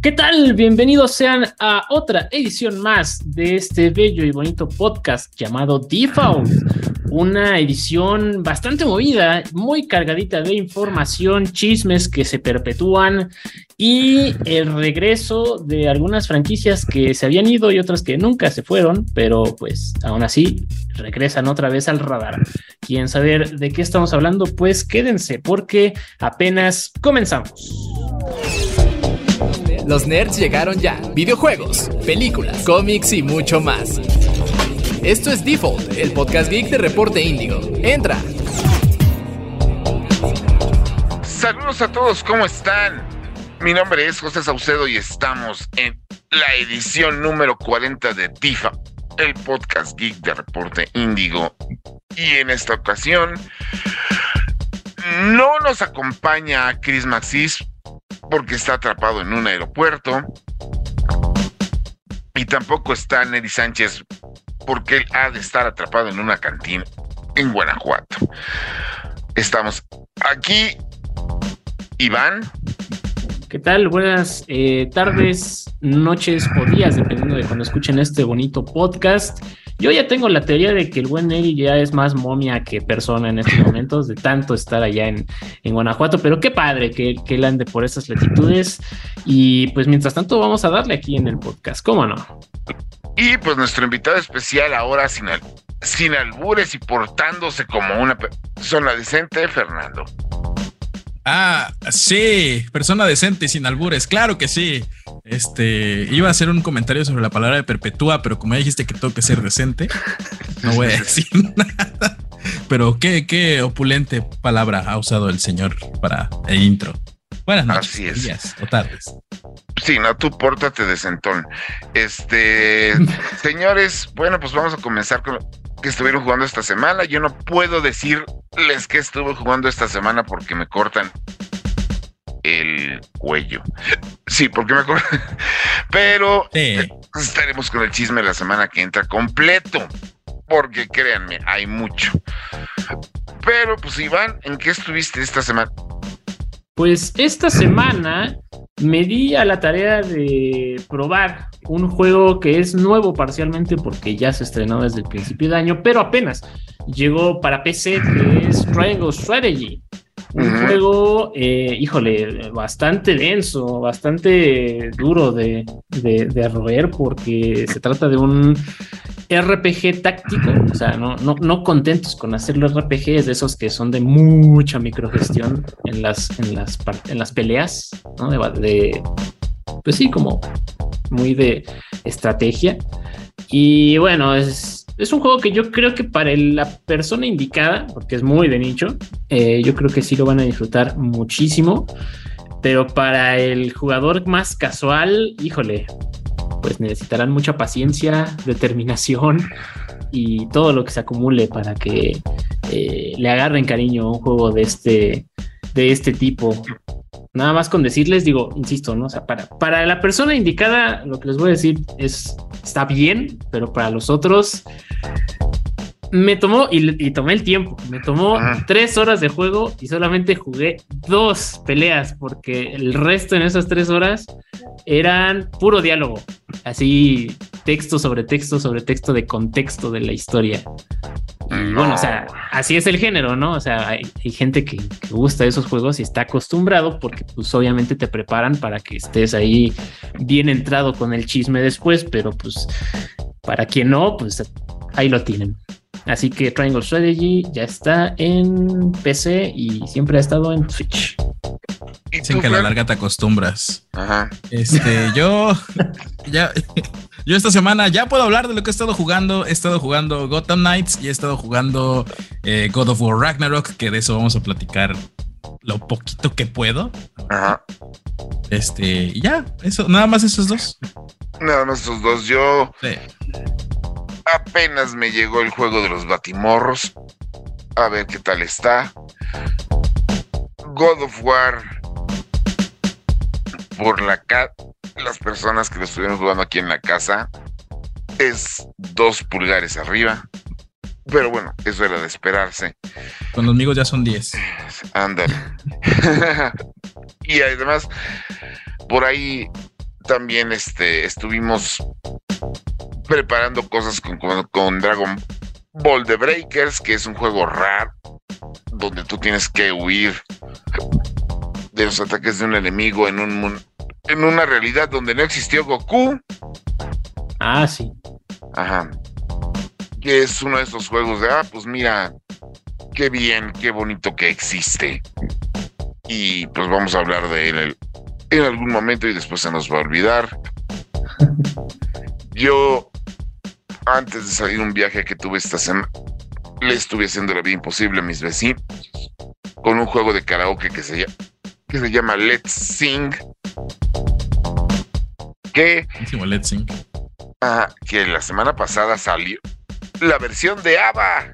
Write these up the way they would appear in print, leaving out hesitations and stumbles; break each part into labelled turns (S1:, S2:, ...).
S1: ¿Qué tal? Bienvenidos sean a otra edición más de este bello y bonito podcast llamado Default. Una edición bastante movida, muy cargadita de información, chismes que se perpetúan y el regreso de algunas franquicias que se habían ido y otras que nunca se fueron, pero pues aún así regresan otra vez al radar. ¿Quieren saber de qué estamos hablando? Pues quédense porque apenas comenzamos.
S2: Los nerds llegaron ya. Videojuegos, películas, cómics y mucho más. Esto es Default, el podcast geek de Reporte Índigo. ¡Entra!
S3: Saludos a todos, ¿cómo están? Mi nombre es José Saucedo y estamos en la edición número 40 de Default, el podcast geek de Reporte Índigo. Y en esta ocasión no nos acompaña Chris Maxis porque está atrapado en un aeropuerto, y tampoco está Neri Sánchez porque él ha de estar atrapado en una cantina en Guanajuato. Estamos aquí, Iván.
S1: ¿Qué tal? Buenas tardes, noches o días, dependiendo de cuando escuchen este bonito podcast. Yo ya tengo la teoría de que el buen Neri ya es más momia que persona en estos momentos, de tanto estar allá en Guanajuato, pero qué padre que él ande por esas latitudes. Y pues mientras tanto vamos a darle aquí en el podcast, ¿cómo no?
S3: Y pues nuestro invitado especial ahora sin albures y portándose como una persona decente, Fernando.
S4: Ah, sí, persona decente y sin albures, claro que sí. Iba a hacer un comentario sobre la palabra de perpetúa, pero como ya dijiste que tengo que ser decente, no voy a decir nada. Pero qué opulente palabra ha usado el señor para el intro. Buenas noches, días o tardes.
S3: Sí, no, tú pórtate decentón. Señores, bueno, pues vamos a comenzar con que estuvieron jugando esta semana. Yo no puedo decirles que estuve jugando esta semana porque me cortan el cuello. Sí, porque me cortan. Pero sí, estaremos con el chisme la semana que entra completo, porque créanme, hay mucho. Pero pues Iván, ¿en qué estuviste esta semana?
S1: Pues esta semana me di a la tarea de probar un juego que es nuevo parcialmente porque ya se estrenó desde el principio de año, pero apenas llegó para PC, que es Triangle Strategy. Un juego, bastante denso, bastante duro de roer, porque se trata de un RPG táctico. O sea, no contentos con hacerlo RPGs de esos que son de mucha microgestión en las peleas, ¿no? Pues sí, como muy de estrategia. Y bueno, es un juego que yo creo que para la persona indicada, porque es muy de nicho, yo creo que sí lo van a disfrutar muchísimo. Pero para el jugador más casual, pues necesitarán mucha paciencia, determinación y todo lo que se acumule para que le agarren cariño a un juego de este tipo. Nada más con decirles, insisto, ¿no? O sea, para la persona indicada, lo que les voy a decir está bien, pero para los otros me tomó, y tomé el tiempo, me tomó 3 horas de juego y solamente jugué 2 peleas, porque el resto en esas 3 horas eran puro diálogo, así texto sobre texto sobre texto de contexto de la historia. Y bueno, o sea, así es el género, ¿no? O sea, hay gente que gusta esos juegos y está acostumbrado porque pues obviamente te preparan para que estés ahí bien entrado con el chisme después, pero pues para quien no, pues ahí lo tienen. Así que Triangle Strategy ya está en PC y siempre ha estado en Switch.
S4: Dicen que a la larga te acostumbras.
S3: Ajá.
S4: Yo esta semana ya puedo hablar de lo que he estado jugando. He estado jugando Gotham Knights y he estado jugando God of War Ragnarok, que de eso vamos a platicar lo poquito que puedo.
S3: Ajá.
S4: Y ya, eso, nada más esos dos.
S3: Nada más esos dos. Yo
S4: sí.
S3: Apenas me llegó el juego de los Batimorros. A ver qué tal está. God of War, por las personas que lo estuvieron jugando aquí en la casa, es 2 pulgares arriba. Pero bueno, eso era de esperarse.
S4: Con los amigos ya son 10.
S3: Ándale. Y además, por ahí también estuvimos preparando cosas con Dragon Ball The Breakers, que es un juego raro donde tú tienes que huir de los ataques de un enemigo en una realidad donde no existió Goku.
S1: Ah, sí.
S3: Ajá. Que es uno de esos juegos de, pues mira, qué bien, qué bonito que existe. Y pues vamos a hablar de él en algún momento y después se nos va a olvidar. Yo, antes de salir un viaje que tuve esta semana, le estuve haciendo la vida imposible a mis vecinos con un juego de karaoke que se llama Let's Sing.
S4: Let's Sing.
S3: Que la semana pasada salió la versión de ABBA.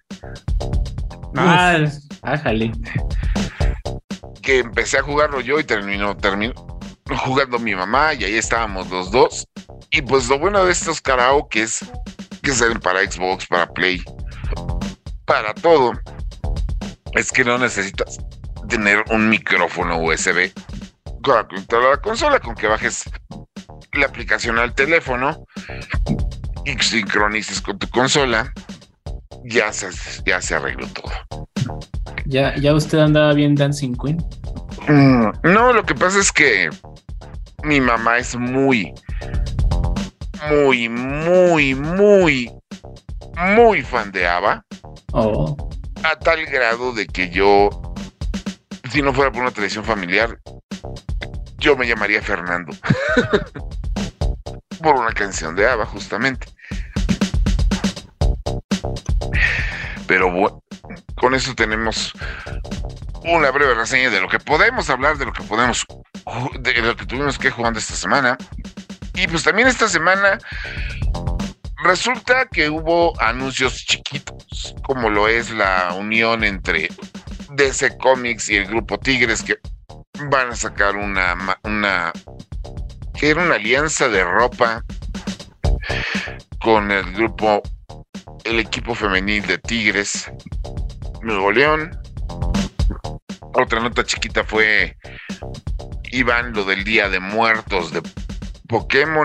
S1: Ájale.
S3: Que empecé a jugarlo yo y terminó jugando mi mamá, y ahí estábamos los dos. Y pues lo bueno de estos karaokes que salen para Xbox, para Play, para todo, es que no necesitas tener un micrófono USB para conectar a la consola. Con que bajes la aplicación al teléfono y sincronices con tu consola, ya se arregló todo.
S1: ¿Ya usted andaba bien Dancing Queen?
S3: No, lo que pasa es que mi mamá es muy fan de ABBA.
S1: Oh.
S3: A tal grado de que yo, si no fuera por una tradición familiar, yo me llamaría Fernando. Por una canción de ABBA, justamente. Pero bueno, con eso tenemos una breve reseña de lo que podemos hablar, de lo que tuvimos que jugando esta semana. Y pues también esta semana resulta que hubo anuncios chiquitos, como lo es la unión entre DC Comics y el grupo Tigres, que van a sacar que era una alianza de ropa con el equipo femenil de Tigres Nuevo León. Otra nota chiquita fue, Iván, lo del Día de Muertos de Pokémon.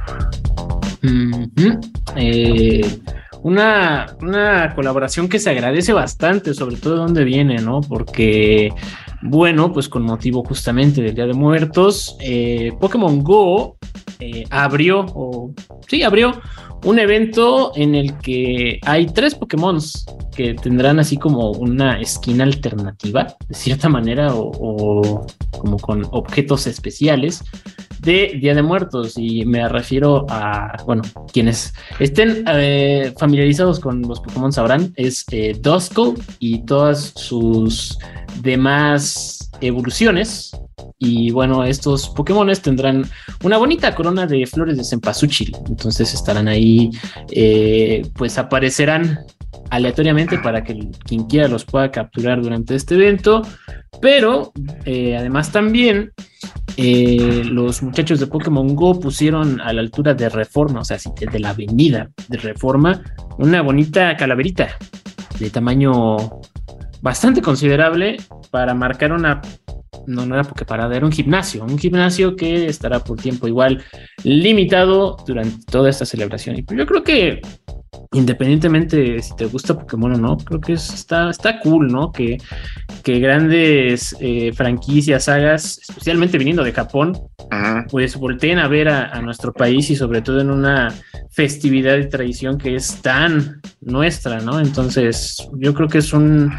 S1: Una colaboración que se agradece bastante, sobre todo de dónde viene, ¿no? Porque, bueno, pues con motivo justamente del Día de Muertos, Pokémon Go abrió un evento en el que hay 3 Pokémons que tendrán así como una skin alternativa, de cierta manera, o como con objetos especiales de Día de Muertos. Y me refiero a, bueno, quienes estén familiarizados con los Pokémon sabrán, es Duskull y todas sus demás evoluciones. Y bueno, estos Pokémones tendrán una bonita corona de flores de cempasúchil. Entonces estarán ahí, pues aparecerán aleatoriamente para que quien quiera los pueda capturar durante este evento. Pero además también los muchachos de Pokémon Go pusieron a la altura de Reforma, o sea, de la avenida de Reforma, una bonita calaverita de tamaño bastante considerable para marcar no era Poképarada, era un gimnasio que estará por tiempo igual limitado durante toda esta celebración. Y pues yo creo que independientemente si te gusta Pokémon o no, creo que está cool, ¿no? Que grandes franquicias, sagas, especialmente viniendo de Japón, pues volteen a ver a nuestro país, y sobre todo en una festividad y tradición que es tan nuestra, ¿no? Entonces yo creo que es un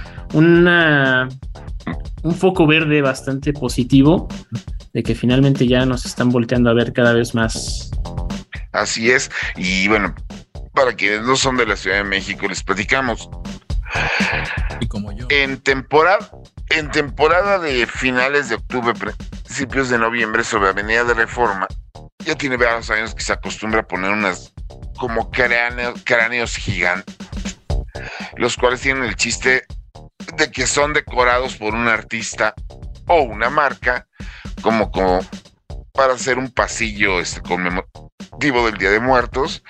S1: foco verde bastante positivo de que finalmente ya nos están volteando a ver cada vez más.
S3: Así es. Y bueno, para quienes no son de la Ciudad de México, les platicamos.
S4: Y como yo.
S3: En temporada de finales de octubre, principios de noviembre, sobre Avenida de Reforma, ya tiene varios años que se acostumbra a poner unas como cráneos gigantes, los cuales tienen el chiste de que son decorados por un artista o una marca como para hacer un pasillo conmemorativo del Día de Muertos,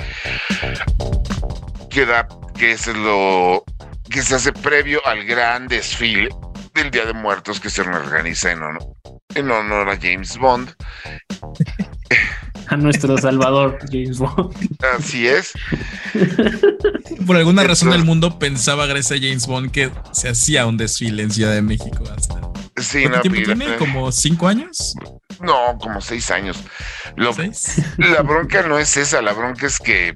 S3: que es lo que se hace previo al gran desfile del Día de Muertos que se organiza en honor a James Bond.
S1: a nuestro salvador James Bond.
S3: Así es.
S4: Por alguna razón del mundo pensaba gracias a James Bond que se hacía un desfile en Ciudad de México hasta.
S3: Sí,
S4: ¿Cuánto tiempo tiene? ¿Como 5 años?
S3: No, como 6 años.
S4: ¿6?
S3: La bronca no es esa, la bronca es que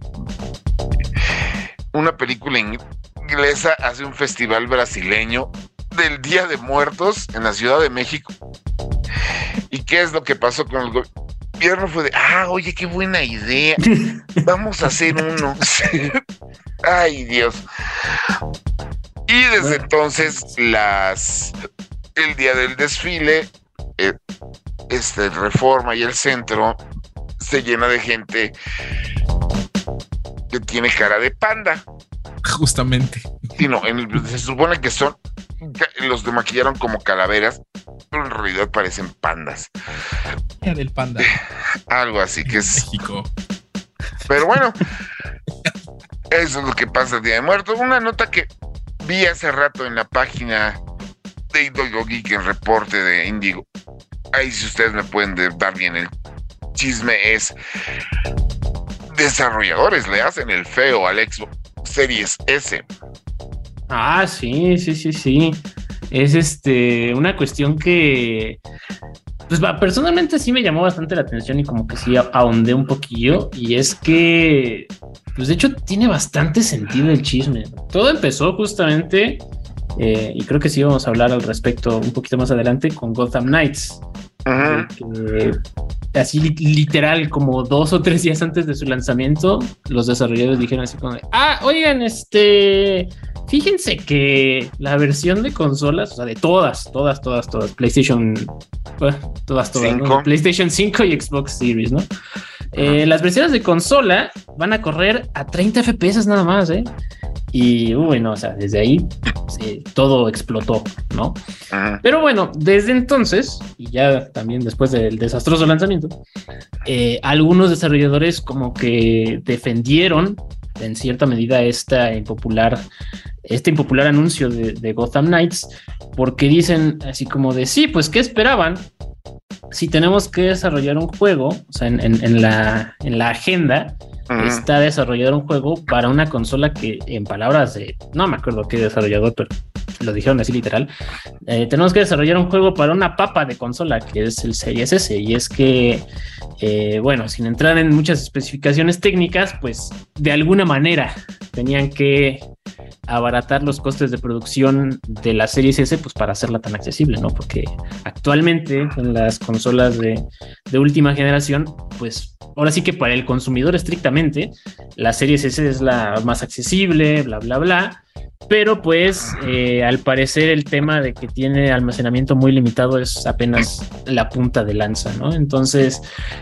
S3: una película inglesa hace un festival brasileño del Día de Muertos en la Ciudad de México. ¿Y qué es lo que pasó con el gobierno? Fue de, oye, qué buena idea, vamos a hacer uno. Ay, Dios. Y desde entonces el día del desfile, Reforma y el centro se llena de gente que tiene cara de panda.
S4: Justamente.
S3: Sí, no, se supone que los demaquillaron como calaveras, pero en realidad parecen pandas.
S4: Era del panda.
S3: Algo así que es
S4: México.
S3: Pero bueno, eso es lo que pasa el Día de Muertos. Una nota que vi hace rato en la página de Indigo Geek, en reporte de Indigo. Ahí si ustedes me pueden dar bien el chisme, es desarrolladores le hacen el feo al Xbox Series S.
S1: Sí. Es una cuestión que pues personalmente sí me llamó bastante la atención y como que sí ahondé un poquillo, y es que pues de hecho tiene bastante sentido el chisme. Todo empezó justamente y creo que sí vamos a hablar al respecto un poquito más adelante con Gotham Knights. Así literal, como 2 o 3 días antes de su lanzamiento, los desarrolladores dijeron así como de, oigan, fíjense que la versión de consolas, o sea, de todas, PlayStation, todas, ¿no? PlayStation 5 y Xbox Series, ¿no? Las versiones de consola van a correr a 30 FPS nada más, Y bueno, o sea, desde ahí todo explotó, ¿no? Pero bueno, desde entonces, y ya también después del desastroso lanzamiento, algunos desarrolladores como que defendieron en cierta medida este impopular anuncio de Gotham Knights, porque dicen así como de, sí, pues ¿qué esperaban? Si tenemos que desarrollar un juego, o sea, en la agenda está desarrollar un juego para una consola que, en palabras de, no me acuerdo qué desarrollador, pero lo dijeron así literal, tenemos que desarrollar un juego para una papa de consola que es el Series S. Y es que bueno, sin entrar en muchas especificaciones técnicas, pues de alguna manera tenían que abaratar los costes de producción de la Series S, pues para hacerla tan accesible, ¿no? Porque actualmente en las consolas de última generación, pues ahora sí que para el consumidor estrictamente, la Series S es la más accesible, bla, bla, bla. Pero pues al parecer el tema de que tiene almacenamiento muy limitado es apenas la punta de lanza, ¿no? Entonces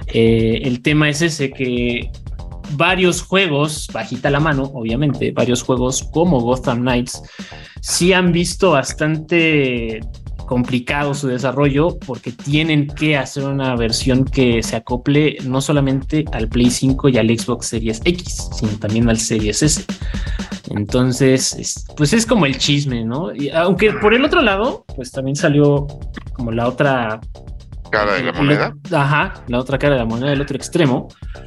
S1: el tema es ese, que varios juegos, bajita la mano, obviamente, varios juegos como Gotham Knights sí han visto bastante complicado su desarrollo, porque tienen que hacer una versión que se acople no solamente al Play 5 y al Xbox Series X, sino también al Series S. Entonces, pues es como el chisme, ¿no? Y aunque por el otro lado, pues también salió como la otra
S3: cara de la moneda.
S1: La otra cara de la moneda, del otro extremo,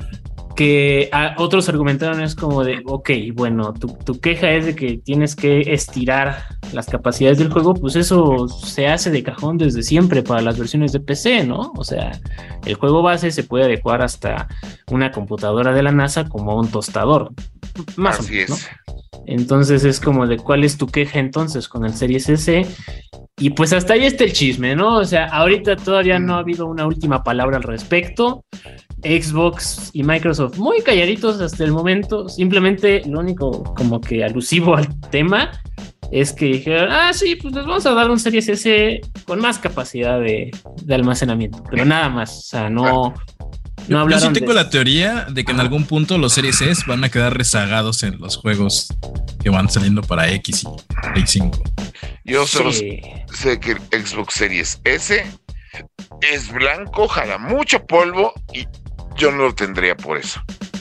S1: que otros argumentaron es como de, ok, bueno, tu queja es de que tienes que estirar las capacidades del juego, pues eso se hace de cajón desde siempre para las versiones de PC, ¿no? O sea, el juego base se puede adecuar hasta una computadora de la NASA como un tostador, más
S3: Así
S1: o menos,
S3: es.
S1: ¿no? Entonces es como de, ¿cuál es tu queja entonces con el Series S? Y pues hasta ahí está el chisme, ¿no? O sea, ahorita todavía no ha habido una última palabra al respecto. Xbox y Microsoft muy calladitos hasta el momento. Simplemente lo único como que alusivo al tema es que dijeron, sí, pues les vamos a dar un Series S con más capacidad de almacenamiento, pero nada más. O sea, no hablaron.
S4: Yo sí tengo la teoría de que en algún punto los Series S van a quedar rezagados en los juegos que van saliendo para X y Play 5.
S3: Yo solo sé que el Xbox Series S es blanco, jala mucho polvo y yo no lo tendría por eso.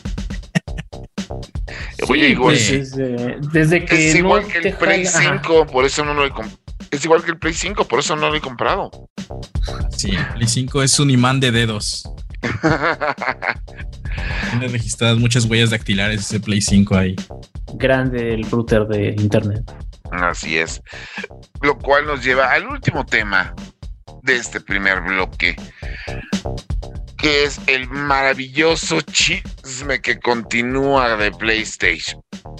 S3: Oye, igual,
S1: pues desde que
S3: es igual
S1: no
S3: que el Play 5, por eso no lo he comprado. Es igual que el Play 5, por eso no lo he comprado.
S4: Sí, el Play 5 es un imán de dedos. Tiene registradas muchas huellas dactilares ese Play 5 ahí.
S1: Grande el router de internet.
S3: Así es. Lo cual nos lleva al último tema de este primer bloque, que es el maravilloso chisme que continúa de PlayStation.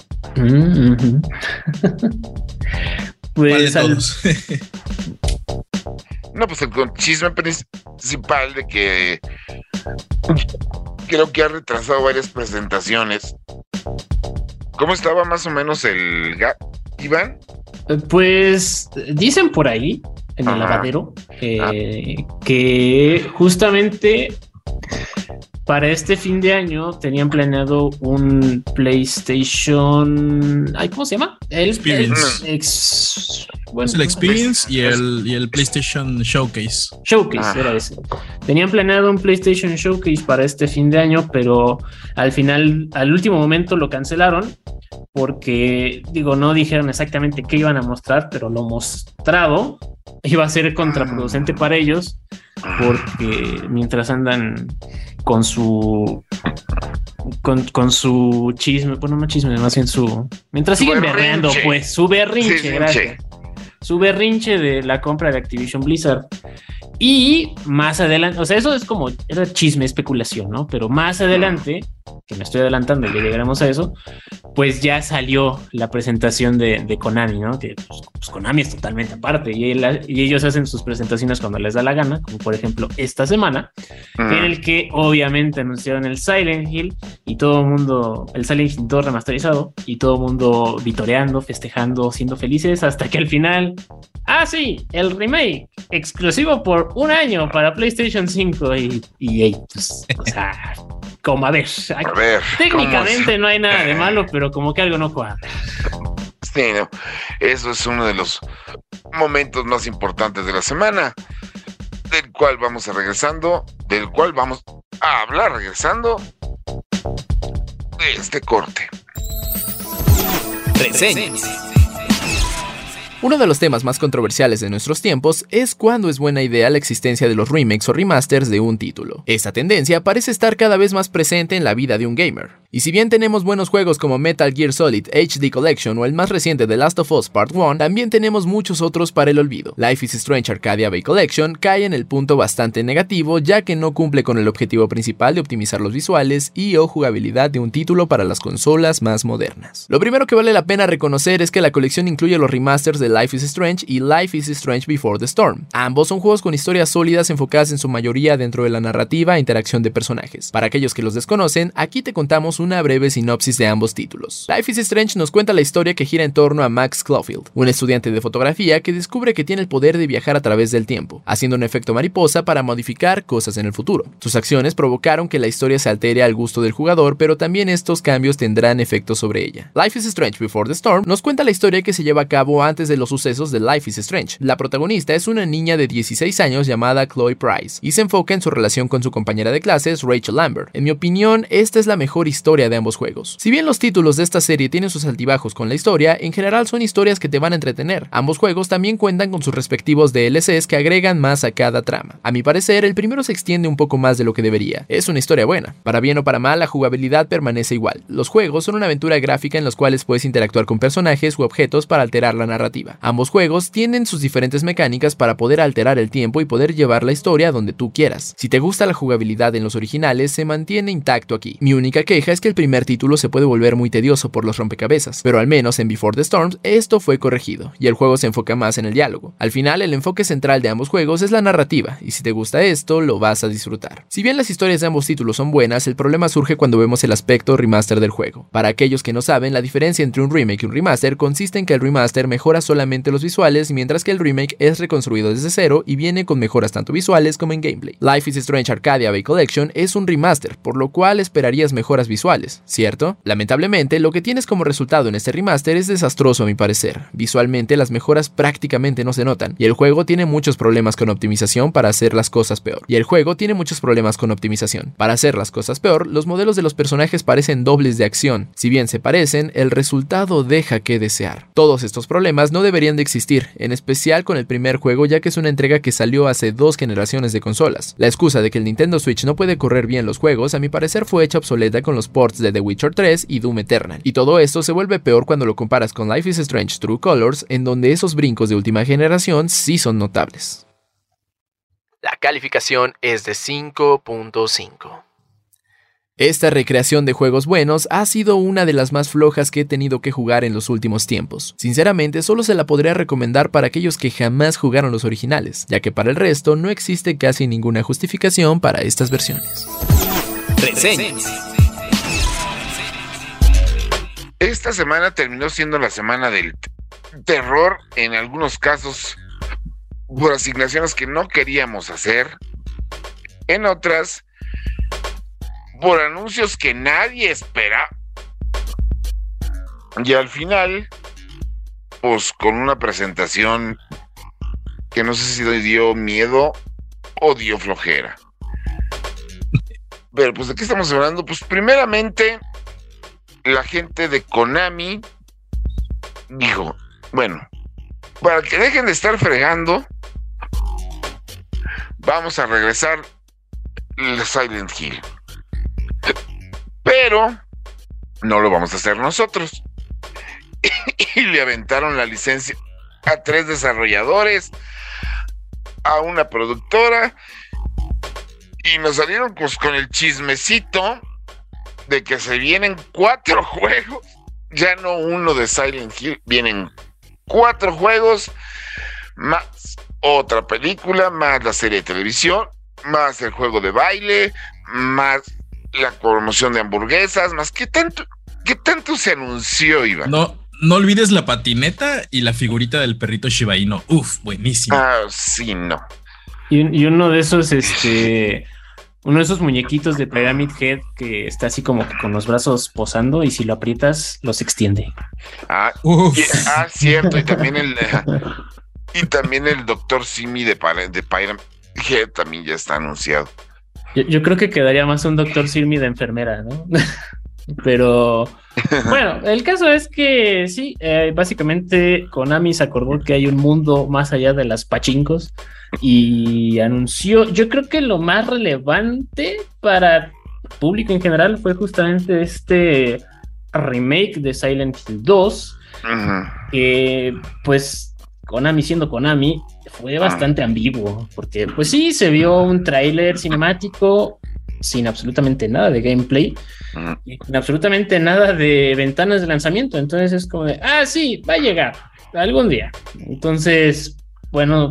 S1: Pues
S3: No, pues el chisme principal de que creo que ha retrasado varias presentaciones. ¿Cómo estaba más o menos el Iván?
S1: Pues dicen por ahí, en el lavadero, que justamente para este fin de año tenían planeado un PlayStation... ¿Cómo se llama? El
S4: Experience. Es el Experience y el PlayStation Showcase.
S1: Era ese. Tenían planeado un PlayStation Showcase para este fin de año, pero al final, al último momento lo cancelaron porque, no dijeron exactamente qué iban a mostrar, pero lo mostrado iba a ser contraproducente para ellos porque mientras andan con su chisme, bueno, no chisme, más bien mientras siguen berreando, pues su berrinche, sí, gracias. Su berrinche de la compra de Activision Blizzard. Y más adelante, o sea, eso es como, era chisme, especulación, ¿no? Pero más adelante, que me estoy adelantando y ya llegaremos a eso, pues ya salió la presentación de Konami, ¿no? Que pues Konami es totalmente aparte y ellos hacen sus presentaciones cuando les da la gana, como por ejemplo esta semana, en el que obviamente anunciaron el Silent Hill y todo el mundo, el Silent Hill todo remasterizado y todo el mundo vitoreando, festejando, siendo felices, hasta que al final, sí, el remake exclusivo por un año para PlayStation 5 y pues, o sea, como a ver, técnicamente no hay nada de malo, pero como que algo no cuadra.
S3: Sí, no, eso es uno de los momentos más importantes de la semana, del cual vamos a hablar regresando de este corte.
S2: Reseñas. Uno de los temas más controversiales de nuestros tiempos es cuándo es buena idea la existencia de los remakes o remasters de un título. Esta tendencia parece estar cada vez más presente en la vida de un gamer. Y si bien tenemos buenos juegos como Metal Gear Solid HD Collection o el más reciente The Last of Us Part 1, también tenemos muchos otros para el olvido. Life is Strange Arcadia Bay Collection cae en el punto bastante negativo, ya que no cumple con el objetivo principal de optimizar los visuales y o jugabilidad de un título para las consolas más modernas. Lo primero que vale la pena reconocer es que la colección incluye los remasters de Life is Strange y Life is Strange Before the Storm. Ambos son juegos con historias sólidas enfocadas en su mayoría dentro de la narrativa e interacción de personajes. Para aquellos que los desconocen, aquí te contamos una breve sinopsis de ambos títulos. Life is Strange nos cuenta la historia que gira en torno a Max Caulfield, un estudiante de fotografía que descubre que tiene el poder de viajar a través del tiempo, haciendo un efecto mariposa para modificar cosas en el futuro. Sus acciones provocaron que la historia se altere al gusto del jugador, pero también estos cambios tendrán efectos sobre ella. Life is Strange Before the Storm nos cuenta la historia que se lleva a cabo antes de los sucesos de Life is Strange. La protagonista es una niña de 16 años llamada Chloe Price y se enfoca en su relación con su compañera de clases Rachel Lambert. En mi opinión, esta es la mejor historia de ambos juegos. Si bien los títulos de esta serie tienen sus altibajos con la historia, en general son historias que te van a entretener. Ambos juegos también cuentan con sus respectivos DLCs que agregan más a cada trama. A mi parecer, el primero se extiende un poco más de lo que debería. Es una historia buena. Para bien o para mal, la jugabilidad permanece igual. Los juegos son una aventura gráfica en los cuales puedes interactuar con personajes u objetos para alterar la narrativa. Ambos juegos tienen sus diferentes mecánicas para poder alterar el tiempo y poder llevar la historia donde tú quieras. Si te gusta la jugabilidad en los originales, se mantiene intacto aquí. Mi única queja es que el primer título se puede volver muy tedioso por los rompecabezas, pero al menos en Before the Storm esto fue corregido, y el juego se enfoca más en el diálogo. Al final, el enfoque central de ambos juegos es la narrativa, y si te gusta esto, lo vas a disfrutar. Si bien las historias de ambos títulos son buenas, el problema surge cuando vemos el aspecto remaster del juego. Para aquellos que no saben, la diferencia entre un remake y un remaster consiste en que el remaster mejora solamente los visuales, mientras que el remake es reconstruido desde cero y viene con mejoras tanto visuales como en gameplay. Life is Strange Arcadia Bay Collection es un remaster, por lo cual esperarías mejoras visuales, ¿cierto? Lamentablemente, lo que tienes como resultado en este remaster es desastroso a mi parecer. Visualmente, las mejoras prácticamente no se notan, y el juego tiene muchos problemas con optimización para hacer las cosas peor. Los modelos de los personajes parecen dobles de acción. Si bien se parecen, el resultado deja que desear. Todos estos problemas no deberían de existir, en especial con el primer juego, ya que es una entrega que salió hace 2 generaciones de consolas. La excusa de que el Nintendo Switch no puede correr bien los juegos, a mi parecer fue hecha obsoleta con los ports de The Witcher 3 y Doom Eternal. Y todo esto se vuelve peor cuando lo comparas con Life is Strange True Colors, en donde esos brincos de última generación sí son notables. La calificación es de 5.5. Esta recreación de juegos buenos ha sido una de las más flojas que he tenido que jugar en los últimos tiempos. Sinceramente, solo se la podría recomendar para aquellos que jamás jugaron los originales, ya que para el resto no existe casi ninguna justificación para estas versiones. Reseñas.
S3: Esta semana terminó siendo la semana del terror, en algunos casos por asignaciones que no queríamos hacer, en otras por anuncios que nadie espera, y al final pues con una presentación que no sé si dio miedo o dio flojera. Pero pues ¿de qué estamos hablando? Pues primeramente la gente de Konami dijo, bueno, para que dejen de estar fregando, vamos a regresar el Silent Hill. Pero no lo vamos a hacer nosotros. Y le aventaron la licencia a 3 desarrolladores, a una productora, y nos salieron pues con el chismecito de que se vienen 4 juegos, ya no uno de Silent Hill, vienen 4 juegos, más otra película, más la serie de televisión, más el juego de baile, más la promoción de hamburguesas, más ¿qué tanto se anunció, Iván?
S4: No olvides la patineta y la figurita del perrito Shiba Inu. Uf, buenísimo.
S3: Ah, sí, no.
S1: Y uno de esos, uno de esos muñequitos de Pyramid Head que está así como que con los brazos posando y si lo aprietas, los extiende.
S3: Cierto. Y también el Dr. Simi de Pyramid Head también ya está anunciado.
S1: Yo creo que quedaría más un Dr. Simi de enfermera, ¿no? Pero bueno, el caso es que sí, básicamente Konami se acordó que hay un mundo más allá de las pachincos y anunció, yo creo que lo más relevante para el público en general fue justamente este remake de Silent Hill 2, que pues Konami siendo Konami fue bastante ambiguo, porque pues sí, se vio un tráiler cinemático sin absolutamente nada de gameplay y sin absolutamente nada de ventanas de lanzamiento, entonces es como de, sí, va a llegar algún día. Entonces, bueno,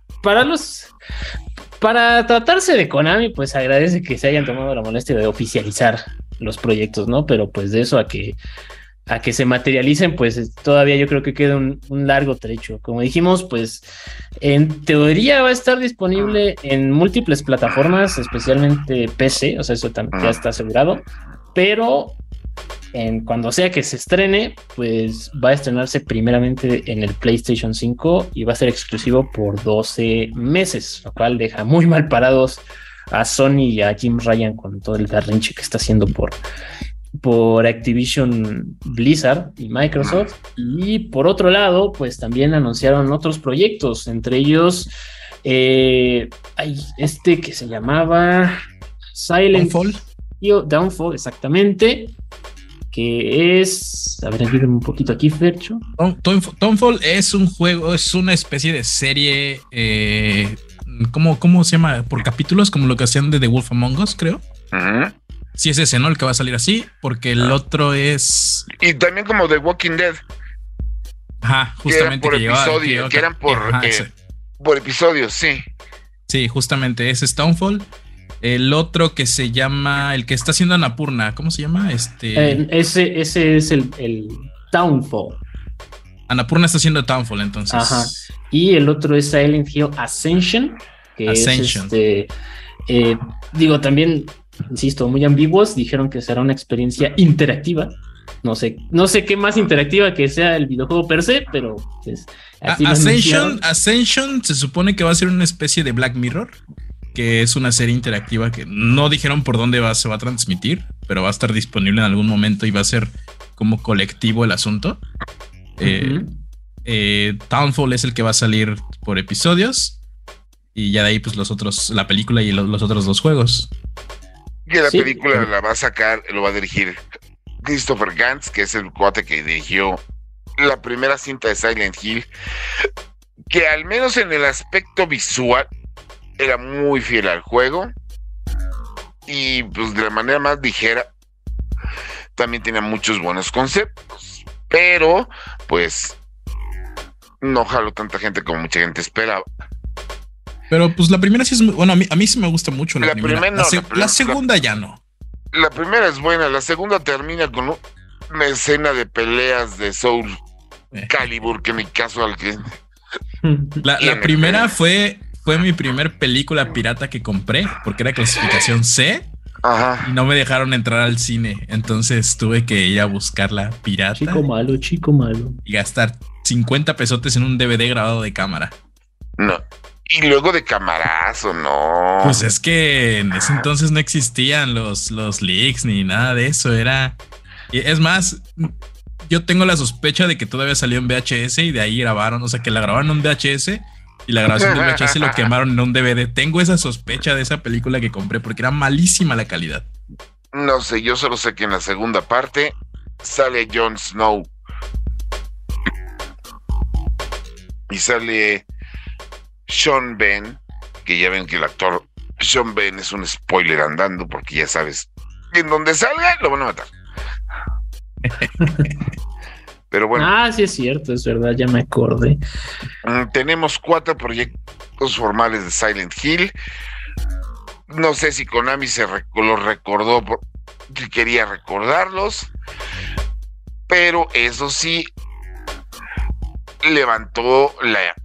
S1: para tratarse de Konami, pues agradece que se hayan tomado la molestia de oficializar los proyectos, ¿no? Pero pues de eso a que se materialicen, pues todavía yo creo que queda un largo trecho. Como dijimos, pues en teoría va a estar disponible en múltiples plataformas, especialmente PC, o sea, eso ya está asegurado, pero cuando sea que se estrene, pues va a estrenarse primeramente en el PlayStation 5 y va a ser exclusivo por 12 meses, lo cual deja muy mal parados a Sony y a Jim Ryan con todo el berrinche que está haciendo por Activision Blizzard y Microsoft. Y por otro lado, pues también anunciaron otros proyectos, entre ellos hay que se llamaba Silent Hill Downfall, exactamente, que es, a ver, ayúdenme un poquito aquí, Fercho.
S4: Downfall es un juego, es una especie de serie, ¿cómo se llama? Por capítulos, como lo que hacían de The Wolf Among Us, creo. Sí, es ese, ¿no? El que va a salir así, porque el otro es...
S3: Y también como The Walking Dead.
S4: Ajá, justamente.
S3: Que eran por episodios, sí.
S4: Sí, justamente, ese es Downfall. El otro que se llama, el que está haciendo Annapurna, ¿cómo se llama?
S1: Ese es el Downfall.
S4: Annapurna está haciendo Downfall, entonces.
S1: Ajá. Y el otro es Silent Hill Ascension, que
S4: Ascension.
S1: es digo, también, insisto, muy ambiguos. Dijeron que será una experiencia interactiva. No sé qué más interactiva que sea el videojuego per se, pero pues,
S4: Ascension se supone que va a ser una especie de Black Mirror, que es una serie interactiva que no dijeron por dónde se va a transmitir, pero va a estar disponible en algún momento y va a ser como colectivo el asunto. Townfall es el que va a salir por episodios. Y ya de ahí, pues la película y los otros 2 juegos.
S3: Que la película la va a sacar, lo va a dirigir Christopher Gantz, que es el cuate que dirigió la primera cinta de Silent Hill, que al menos en el aspecto visual era muy fiel al juego. Y pues de la manera más ligera también tenía muchos buenos conceptos. Pero pues no jaló tanta gente como mucha gente esperaba.
S4: Pero pues la primera sí es... Bueno, a mí sí me gusta mucho la primera. La segunda ya no.
S3: La primera es buena. La segunda termina con una escena de peleas de Soul Calibur, que mi caso al que...
S4: La primera fue mi primer película pirata que compré, porque era clasificación C.
S3: Ajá.
S4: Y no me dejaron entrar al cine. Entonces tuve que ir a buscarla pirata.
S1: Chico malo.
S4: Y gastar 50 pesotes en un DVD grabado de cámara.
S3: No. Y luego de camarazo, no.
S4: Pues es que en ese entonces no existían los leaks ni nada de eso. Es más, yo tengo la sospecha de que todavía salió en VHS y de ahí grabaron. O sea, que la grabaron en un VHS y la grabación del VHS lo quemaron en un DVD. Tengo esa sospecha de esa película que compré porque era malísima la calidad.
S3: No sé, yo solo sé que en la segunda parte sale Jon Snow. Y sale Sean Penn, que ya ven que el actor Sean Penn es un spoiler andando, porque ya sabes, en donde salga lo van a matar. Pero bueno.
S1: Sí es cierto, es verdad, ya me acordé.
S3: Tenemos 4 proyectos formales de Silent Hill. No sé si Konami los recordó porque quería recordarlos, pero eso sí levantó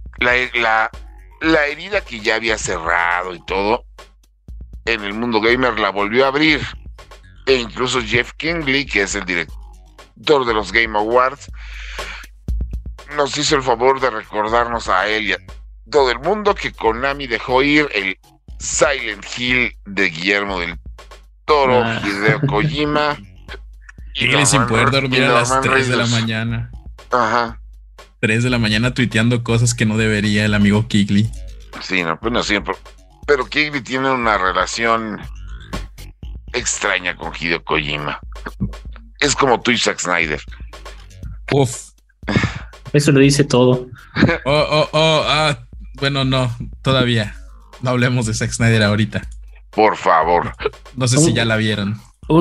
S3: la herida que ya había cerrado y todo en el mundo gamer, la volvió a abrir. E incluso Jeff Kingley, que es el director de los Game Awards, nos hizo el favor de recordarnos a él y a todo el mundo que Konami dejó ir el Silent Hill de Guillermo del Toro, Hideo Kojima.
S4: Y sin poder dormir a las 3 de la mañana.
S3: Ajá.
S4: 3 de la mañana tuiteando cosas que no debería el amigo Kigley.
S3: Sí, no, pues no siempre. Pero Kigley tiene una relación extraña con Hideo Kojima. Es como tú y Zack Snyder.
S4: Uf.
S1: Eso lo dice todo.
S4: Bueno, no, todavía. No hablemos de Zack Snyder ahorita.
S3: Por favor.
S4: No sé si ya la vieron.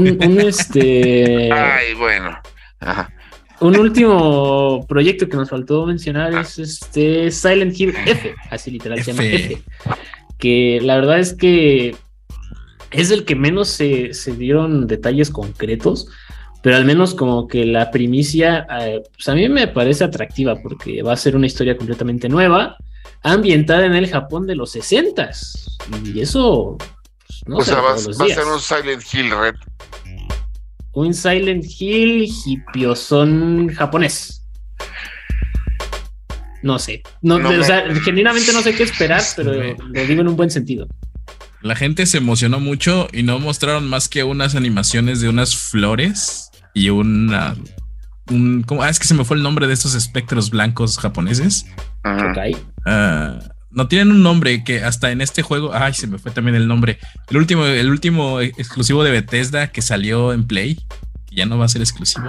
S3: Ay, bueno. Ajá.
S1: Un último proyecto que nos faltó mencionar es Silent Hill F, así literal se llama F, que la verdad es que es el que menos se dieron detalles concretos, pero al menos como que la primicia, pues a mí me parece atractiva porque va a ser una historia completamente nueva, ambientada en el Japón de los 60s, y eso pues, no sé,
S3: va a ser un Silent Hill Red.
S1: Un Silent Hill hipiosón japonés. No sé. O sea, genuinamente no sé qué esperar, pero lo digo en un buen sentido.
S4: La gente se emocionó mucho y no mostraron más que unas animaciones de unas flores y es que se me fue el nombre de estos espectros blancos japoneses.
S1: Okay.
S4: No tienen un nombre que hasta en este juego. Ay, se me fue también el nombre. El último exclusivo de Bethesda que salió en Play, que ya no va a ser exclusivo.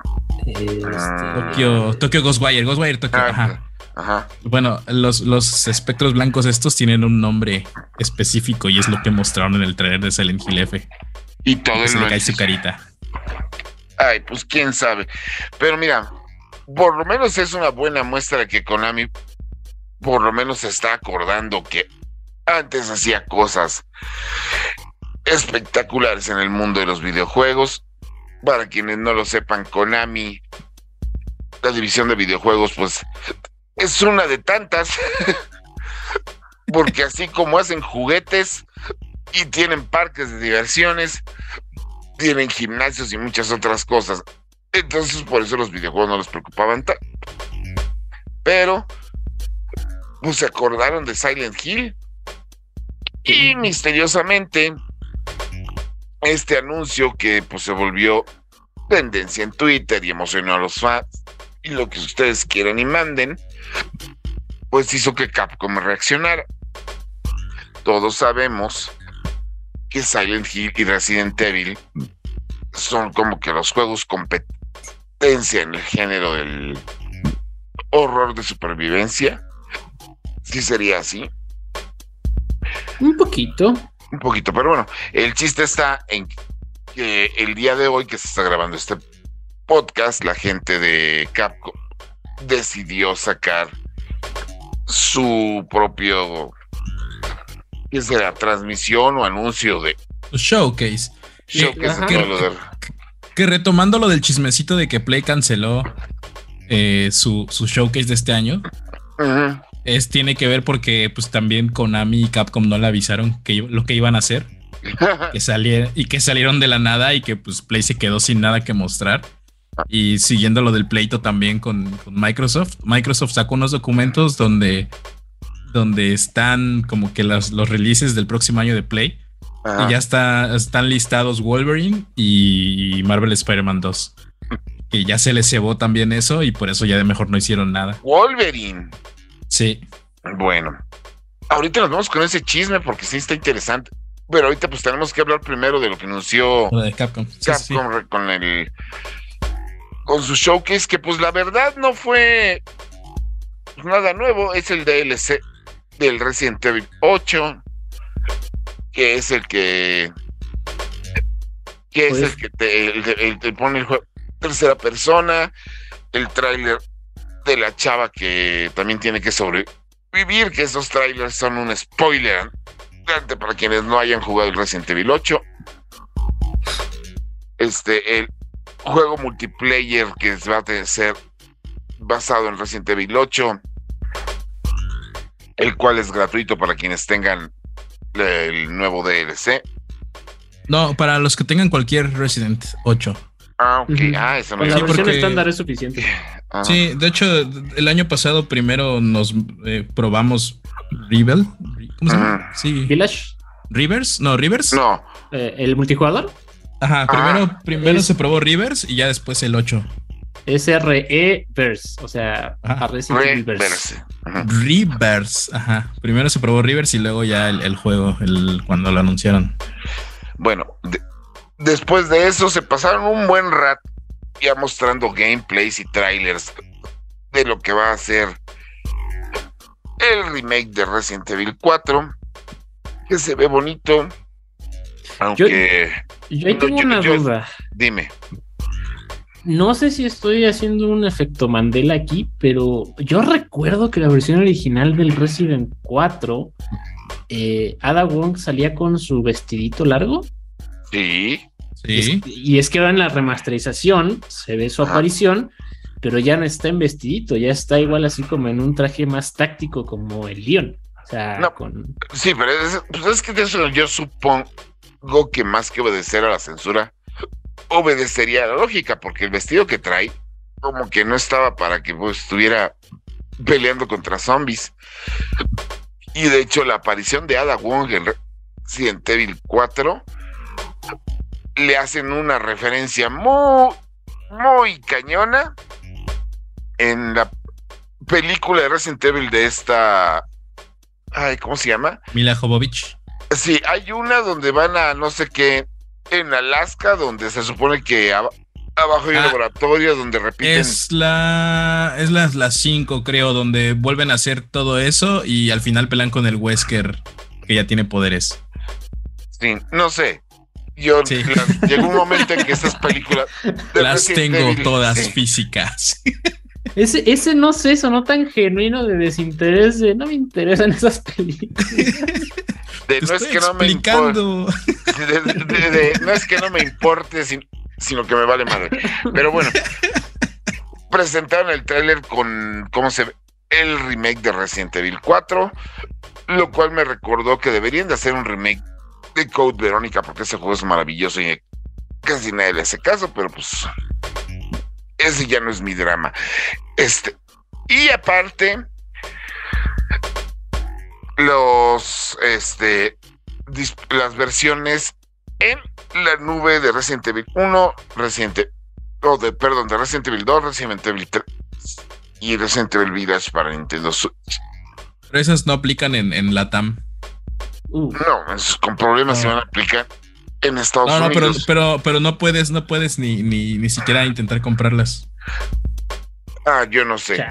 S4: Tokyo Ghostwire Tokyo.
S3: Ajá.
S4: Bueno, los espectros blancos estos tienen un nombre específico y es lo que mostraron en el trailer de Silent Hill F.
S3: Y todo
S4: se le cae su carita.
S3: Ay, pues quién sabe. Pero mira, por lo menos es una buena muestra de que Konami por lo menos se está acordando que antes hacía cosas espectaculares en el mundo de los videojuegos. Para quienes no lo sepan, Konami, la división de videojuegos, pues es una de tantas. Porque así como hacen juguetes y tienen parques de diversiones, tienen gimnasios y muchas otras cosas. Entonces por eso los videojuegos no les preocupaban tanto. Pero pues se acordaron de Silent Hill y misteriosamente este anuncio que pues se volvió tendencia en Twitter y emocionó a los fans y lo que ustedes quieran y manden, pues hizo que Capcom reaccionara. Todos sabemos que Silent Hill y Resident Evil son como que los juegos competencia en el género del horror de supervivencia. Sí sería así.
S1: Un poquito,
S3: pero bueno, el chiste está en que el día de hoy que se está grabando este podcast, la gente de Capcom decidió sacar su propio, ¿qué será? Transmisión o anuncio de
S4: showcase.
S3: Showcase.
S4: Que retomando lo del chismecito de que Play canceló su showcase de este año,
S3: uh-huh.
S4: Tiene que ver porque pues también Konami y Capcom no le avisaron lo que iban a hacer, que salieron de la nada y que pues Play se quedó sin nada que mostrar. Y siguiendo lo del pleito también con Microsoft sacó unos documentos donde están como que los releases del próximo año de Play. Ajá. Y ya están listados Wolverine y Marvel Spider-Man 2. Que ya se les cebó también eso y por eso ya de mejor no hicieron nada.
S3: Wolverine.
S4: Sí.
S3: Bueno, ahorita nos vamos con ese chisme porque sí está interesante. Pero ahorita pues tenemos que hablar primero de lo que anunció
S4: lo de Capcom. Sí.
S3: Con su showcase, que pues la verdad no fue nada nuevo. Es el DLC del Resident Evil 8, que es el que es el que te pone el juego tercera persona, el tráiler de la chava que también tiene que sobrevivir, que esos trailers son un spoiler para quienes no hayan jugado el Resident Evil 8. El juego multiplayer que va a ser basado en Resident Evil 8, el cual es gratuito para quienes tengan el nuevo DLC.
S4: No, para los que tengan cualquier Resident 8.
S3: Ah, ok. Uh-huh. Eso no
S1: es. La versión estándar es suficiente.
S3: Ajá.
S4: Sí, de hecho, el año pasado primero nos probamos Rebel. ¿Cómo se llama? Sí.
S1: ¿Village?
S4: ¿Rivers? No, ¿Rivers?
S3: No.
S1: ¿El multijugador?
S4: Ajá, primero se probó Rivers y ya después el 8.
S1: SRE-Verse, o sea, Resident Evil Verse.
S4: Rivers, ajá. Primero se probó Rivers y luego ya el juego, cuando lo anunciaron.
S3: Bueno, después de eso se pasaron un buen rato ya mostrando gameplays y trailers de lo que va a ser el remake de Resident Evil 4, que se ve bonito, aunque...
S1: Yo ahí tengo una duda.
S3: Dime.
S1: No sé si estoy haciendo un efecto Mandela aquí, pero yo recuerdo que la versión original del Resident 4, Ada Wong salía con su vestidito largo.
S3: Sí.
S1: Y es que ahora en la remasterización se ve su aparición, pero ya no está en vestidito, ya está igual así como en un traje más táctico como el Leon. O sea,
S3: no, sí, pero es que de eso yo supongo que más que obedecer a la censura, obedecería a la lógica, porque el vestido que trae como que no estaba para que pues, estuviera peleando contra zombies. Y de hecho la aparición de Ada Wong en Resident Evil 4 le hacen una referencia muy, muy cañona en la película de Resident Evil de esta... ¿cómo se llama?
S4: Mila Jovovich.
S3: Sí, hay una donde van a no sé qué, en Alaska, donde se supone que abajo hay un laboratorio donde repiten...
S4: Es la 5, creo, donde vuelven a hacer todo eso y al final pelean con el Wesker, que ya tiene poderes.
S3: Sí, no sé. Llegó un momento en que esas películas...
S4: Las tengo todas físicas.
S1: Ese no sé, sonó tan genuino de desinterés, no me interesan esas películas.
S3: No es que no me importe, no es que no me importe, sino que me vale madre. Pero bueno, presentaron el tráiler con cómo se ve el remake de Resident Evil 4, lo cual me recordó que deberían de hacer un remake de Code Verónica, porque ese juego es maravilloso y casi nadie le hace caso, pero pues ese ya no es mi drama. Y aparte, las versiones en la nube de Resident Evil 1, de Resident Evil 2, Resident Evil 3 y Resident Evil Village para Nintendo Switch.
S4: Pero esas no aplican en Latam.
S3: No, con problemas se van a aplicar en Estados Unidos.
S4: Pero no puedes ni siquiera intentar comprarlas.
S3: Yo no sé.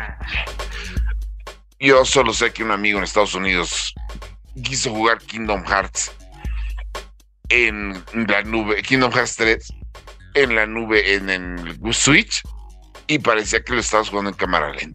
S3: Yo solo sé que un amigo en Estados Unidos quiso jugar Kingdom Hearts en la nube, Kingdom Hearts 3 en la nube en el Switch, y parecía que lo estabas jugando en cámara lenta.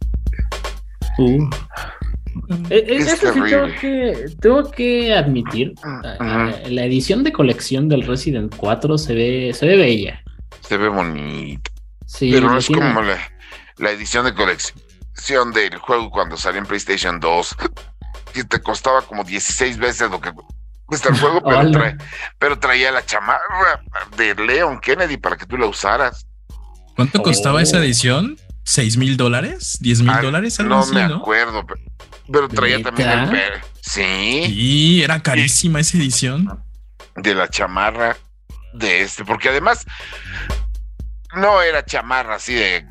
S1: Eso sí tengo que admitir, la edición de colección del Resident 4 se ve bella.
S3: Se ve bonita.
S1: Sí,
S3: pero no es como la edición de colección del juego cuando salió en PlayStation 2, que te costaba como 16 veces lo que cuesta el juego, pero traía la chamarra de Leon Kennedy para que tú la usaras.
S4: ¿Cuánto costaba esa edición? $6,000, $10,000, algo así, ¿no?
S3: No me acuerdo, pero traía también el
S4: Sí, era carísima esa edición.
S3: De la chamarra porque además no era chamarra así de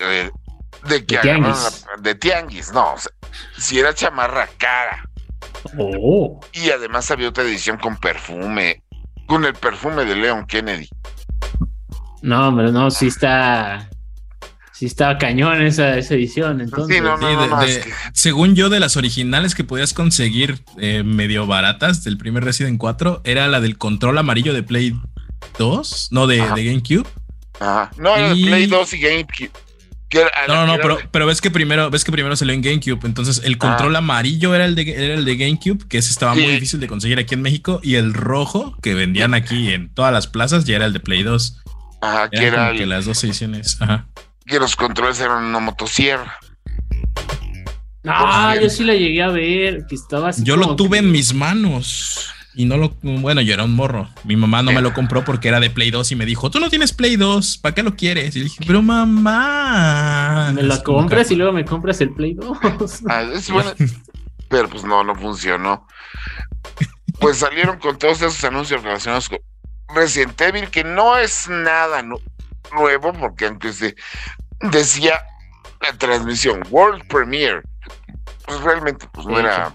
S3: tianguis, no, o sea, sí era chamarra cara. Y además había otra edición con el perfume de Leon Kennedy.
S1: No, hombre, no, sí está cañón esa edición. Entonces.
S3: Sí,
S4: según yo, de las originales que podías conseguir medio baratas del primer Resident 4, era la del control amarillo de Play 2, no de GameCube.
S3: Ajá. No, era de Play 2 y GameCube.
S4: Pero ves que primero salió en GameCube, entonces el control amarillo era el de GameCube, que ese estaba muy difícil de conseguir aquí en México, y el rojo que vendían aquí en todas las plazas ya era el de Play 2.
S3: Ajá, que era
S4: que las dos ediciones. Ajá.
S3: Que los controles eran una motosierra.
S1: Yo sí la llegué a ver, que estaba así.
S4: Yo lo tuve en mis manos y bueno, yo era un morro. Mi mamá no me lo compró porque era de Play 2 y me dijo, tú no tienes Play 2, ¿para qué lo quieres? Y le dije, pero mamá,
S1: me lo compras y luego me compras el Play 2.
S3: Es bueno, pero pues no funcionó. Pues salieron con todos esos anuncios relacionados con Resident Evil, que no es nada nuevo, porque aunque se decía la transmisión World Premiere, pues realmente pues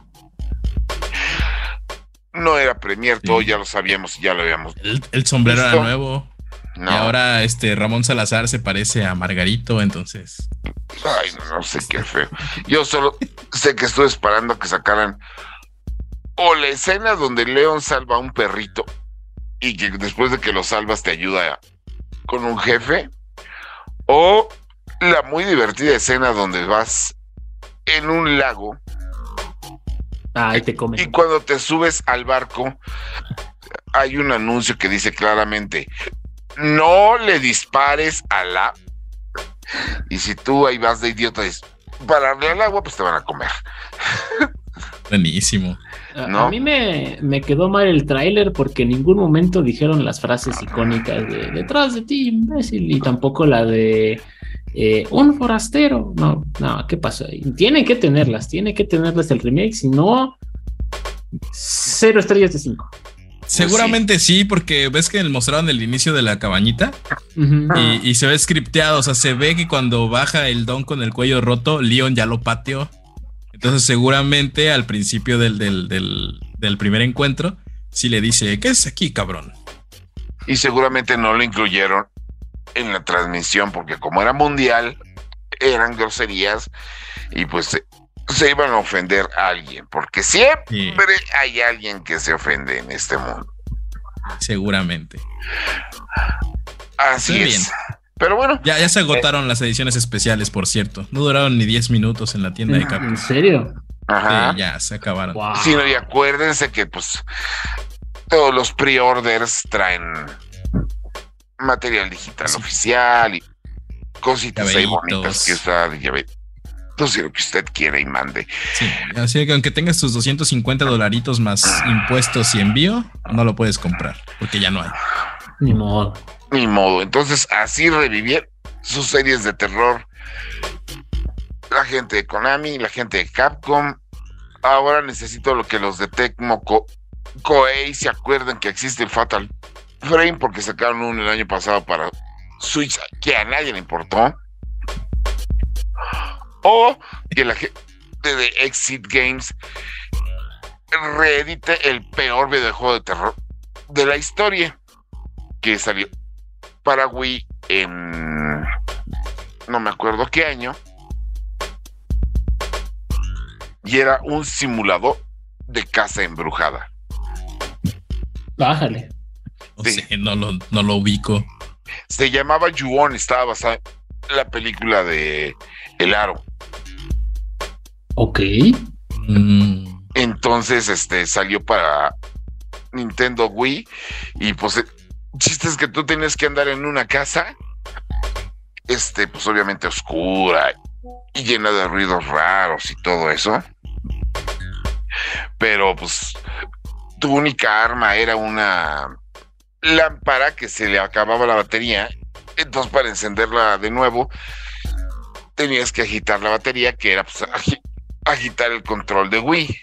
S3: no era Premiere, todo ya lo sabíamos y ya lo habíamos
S4: el sombrero
S3: visto.
S4: Era nuevo. Y ahora Ramón Salazar se parece a Margarito, entonces.
S3: Ay, no sé qué feo. Yo solo sé que estuve esperando a que sacaran o la escena donde Leon salva a un perrito y que después de que lo salvas te ayuda con un jefe, o la muy divertida escena donde vas en un lago
S1: y te comen.
S3: Y cuando te subes al barco hay un anuncio que dice claramente: no le dispares y si tú ahí vas de idiota dispararle al agua, pues te van a comer.
S4: Buenísimo.
S1: A mí me quedó mal el tráiler porque en ningún momento dijeron las frases icónicas de detrás de ti, imbécil, y tampoco la de un forastero. No, ¿qué pasó ahí? Tiene que tenerlas el remake, si no 0 estrellas de 5.
S4: Seguramente sí, porque ves que mostraron el inicio de la cabañita y se ve scripteado, o sea, se ve que cuando baja el Don con el cuello roto, Leon ya lo pateó. Entonces seguramente al principio del primer encuentro sí le dice, ¿qué es aquí, cabrón?
S3: Y seguramente no lo incluyeron en la transmisión porque como era mundial, eran groserías y pues se iban a ofender a alguien, porque siempre hay alguien que se ofende en este mundo.
S4: Seguramente.
S3: Así es. Bien. Pero bueno.
S4: Ya se agotaron las ediciones especiales, por cierto. No duraron ni 10 minutos en la tienda de Capcom.
S1: ¿En serio?
S3: Ajá.
S4: Sí, ya se acabaron.
S3: Wow. Sí, y acuérdense que pues todos los pre-orders traen material digital oficial y cositas ahí bonitas que está entonces lo que usted quiera y mande.
S4: Sí, así que aunque tengas tus $250 más impuestos y envío, no lo puedes comprar, porque ya no hay.
S1: Ni modo.
S3: Entonces, así revivir sus series de terror la gente de Konami, la gente de Capcom. Ahora necesito lo que los de Tecmo Koei se acuerden que existe el Fatal Frame, porque sacaron uno el año pasado para Switch que a nadie le importó. O que la gente de Exit Games reedite el peor videojuego de terror de la historia, que salió para Wii en no me acuerdo qué año, y era un simulador de casa embrujada.
S1: Bájale.
S3: Sí.
S4: No lo ubico.
S3: Se llamaba Ju-On, estaba basada en la película de El Aro.
S1: Ok.
S3: Entonces, salió para Nintendo Wii, y pues el chiste es que tú tenías que andar en una casa, pues obviamente oscura y llena de ruidos raros y todo eso. Pero pues tu única arma era una lámpara que se le acababa la batería. Entonces, para encenderla de nuevo, tenías que agitar la batería, que era pues agitar el control de Wii.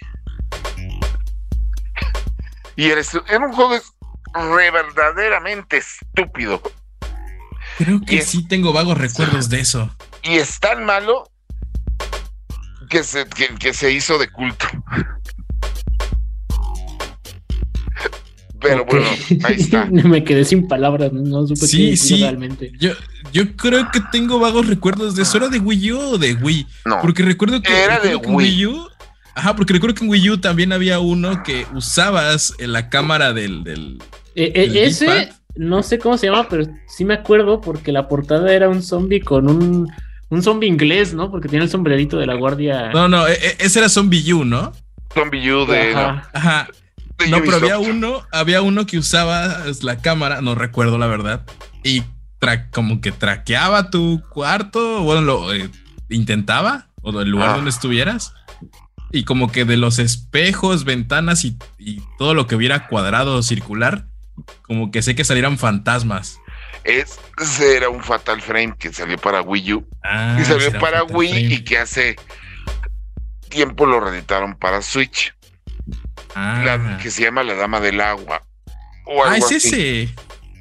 S3: Y era un juego verdaderamente estúpido.
S4: Creo que sí tengo vagos recuerdos de eso.
S3: Y es tan malo que se hizo de culto. Pero okay, bueno, ahí está.
S1: Me quedé sin palabras, no supe qué decir realmente.
S4: Yo creo que tengo vagos recuerdos de eso. ¿Era de Wii U o de Wii?
S3: No.
S4: Porque recuerdo que
S3: era de Wii
S4: U. Ajá, porque recuerdo que en Wii U también había uno que usabas en la cámara del
S1: ese,
S4: D-pad.
S1: No sé cómo se llama, pero sí me acuerdo porque la portada era un zombie con un zombie inglés, ¿no? Porque tiene el sombrerito de la guardia.
S4: No, ese era Zombie U, ¿no?
S3: Zombie U de...
S4: Ajá. No, pero había uno que usaba la cámara, no recuerdo la verdad, y como que traqueaba tu cuarto, bueno, lo intentaba, o el lugar donde estuvieras, y como que de los espejos, ventanas y todo lo que hubiera cuadrado o circular, como que sé que salieran fantasmas.
S3: Ese era un Fatal Frame que salió para Wii U, y salió para Wii Frame. Y que hace tiempo lo reeditaron para Switch. Que se llama La Dama del Agua. O algo
S4: es
S3: así.
S4: ese.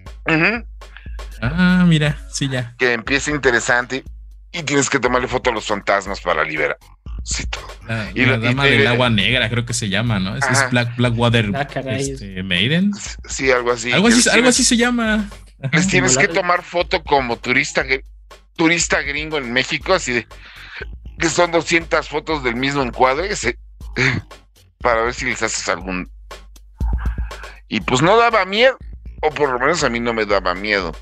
S3: Uh-huh.
S4: Mira, sí, ya.
S3: Que empieza interesante y tienes que tomarle foto a los fantasmas para liberar. Sí, todo.
S4: La Dama del Agua Negra, creo que se llama, ¿no? Es Blackwater Maiden.
S3: Sí, algo así.
S4: Algo así se llama.
S3: Les tienes que tomar foto como turista gringo en México, así de que son 200 fotos del mismo encuadre, para ver si les haces algún. Y pues no daba miedo, o por lo menos a mí no me daba miedo.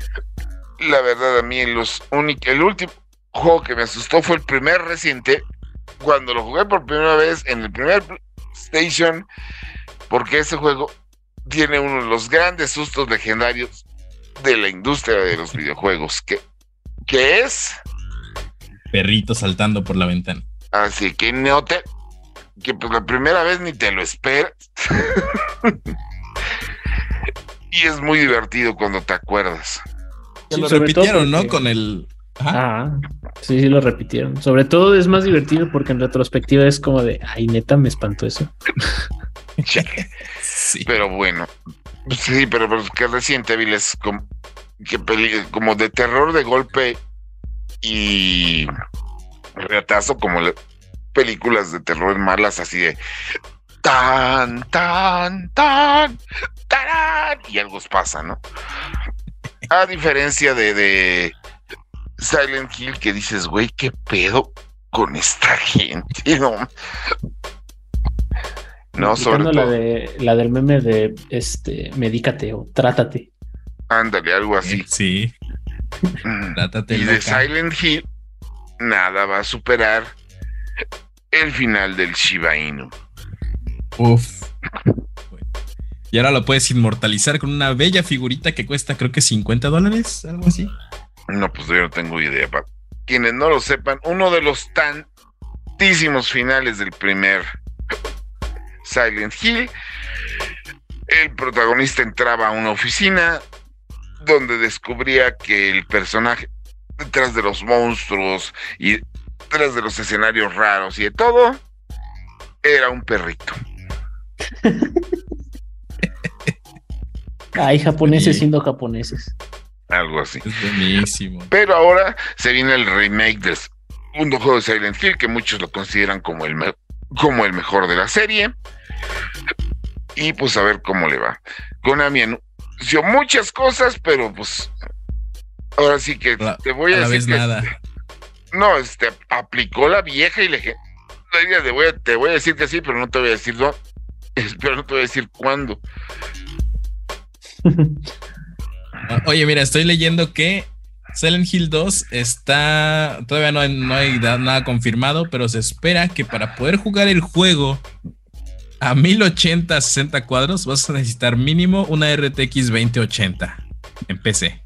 S3: La verdad, a mí el último juego que me asustó fue el primer Resident Evil, cuando lo jugué por primera vez en el primer PlayStation, porque ese juego tiene uno de los grandes sustos legendarios de la industria de los videojuegos, que es
S4: perrito saltando por la ventana.
S3: Así que que pues la primera vez ni te lo esperas. Y es muy divertido cuando te acuerdas.
S4: Sí, lo repitieron, ¿no? Con el...
S1: Sí, lo repitieron. Sobre todo es más divertido porque en retrospectiva es como de, ay, neta, me espantó eso.
S3: Sí. Pero bueno, sí, pero que Resident Evil es como de terror de golpe y retazo, como películas de terror malas, así de tan, tan, tan, tarán, y algo pasa, ¿no? A diferencia de Silent Hill, que dices, güey, ¿qué pedo con esta gente? No, sobre todo
S1: la del meme de medícate o trátate.
S3: Ándale, algo así.
S4: Sí. Trátate.
S3: Y de Silent Hill, nada va a superar el final del Shiba Inu.
S4: Uf. Y ahora lo puedes inmortalizar con una bella figurita que cuesta, creo que $50, algo así.
S3: No, pues yo no tengo idea. Para quienes no lo sepan, uno de los tantísimos finales del primer Silent Hill, el protagonista entraba a una oficina donde descubría que el personaje detrás de los monstruos y detrás de los escenarios raros y de todo era un perrito.
S1: Ay, japoneses siendo japoneses.
S3: Algo así.
S4: Es buenísimo.
S3: Pero ahora se viene el remake segundo juego de Silent Hill, que muchos lo consideran como el mejor de la serie. Y pues a ver cómo le va. Konami anunció muchas cosas, pero pues ahora sí que te voy a decir que
S4: nada.
S3: No, aplicó la vieja y te voy a decir que sí, pero no te voy a decir no, pero no te voy a decir cuándo.
S4: Oye, mira, estoy leyendo que Silent Hill 2 todavía no hay nada confirmado, pero se espera que para poder jugar el juego a 1080 60 cuadros vas a necesitar mínimo una RTX 2080 en PC.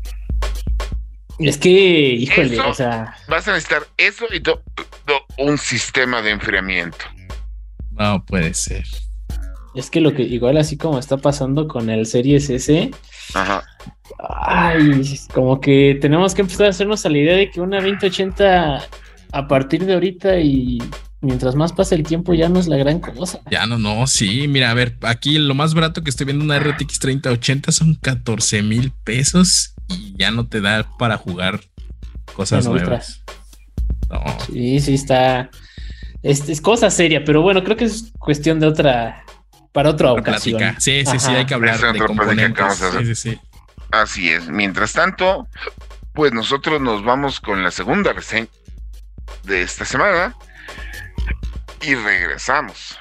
S1: Es que, híjole,
S3: eso,
S1: o sea,
S3: vas a necesitar eso y un sistema de enfriamiento.
S4: No puede ser.
S1: es que lo que igual así como está pasando con el Series S,
S3: Ajá.
S1: ay, como que tenemos que empezar a hacernos a la idea de que una 2080 a partir de ahorita y mientras más pasa el tiempo ya no es la gran cosa.
S4: Ya no, sí, mira, a ver, aquí lo más barato que estoy viendo una RTX 3080 son 14,000 pesos y ya no te da para jugar cosas nuevas. No.
S1: Sí, está. Es cosa seria, pero bueno, creo que es cuestión de para otra ocasión.
S4: Plática. Sí, hay que hablar de componentes. Sí.
S3: Así es. Mientras tanto, pues nosotros nos vamos con la segunda reseña de esta semana y regresamos.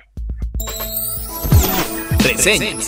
S2: Reseñas.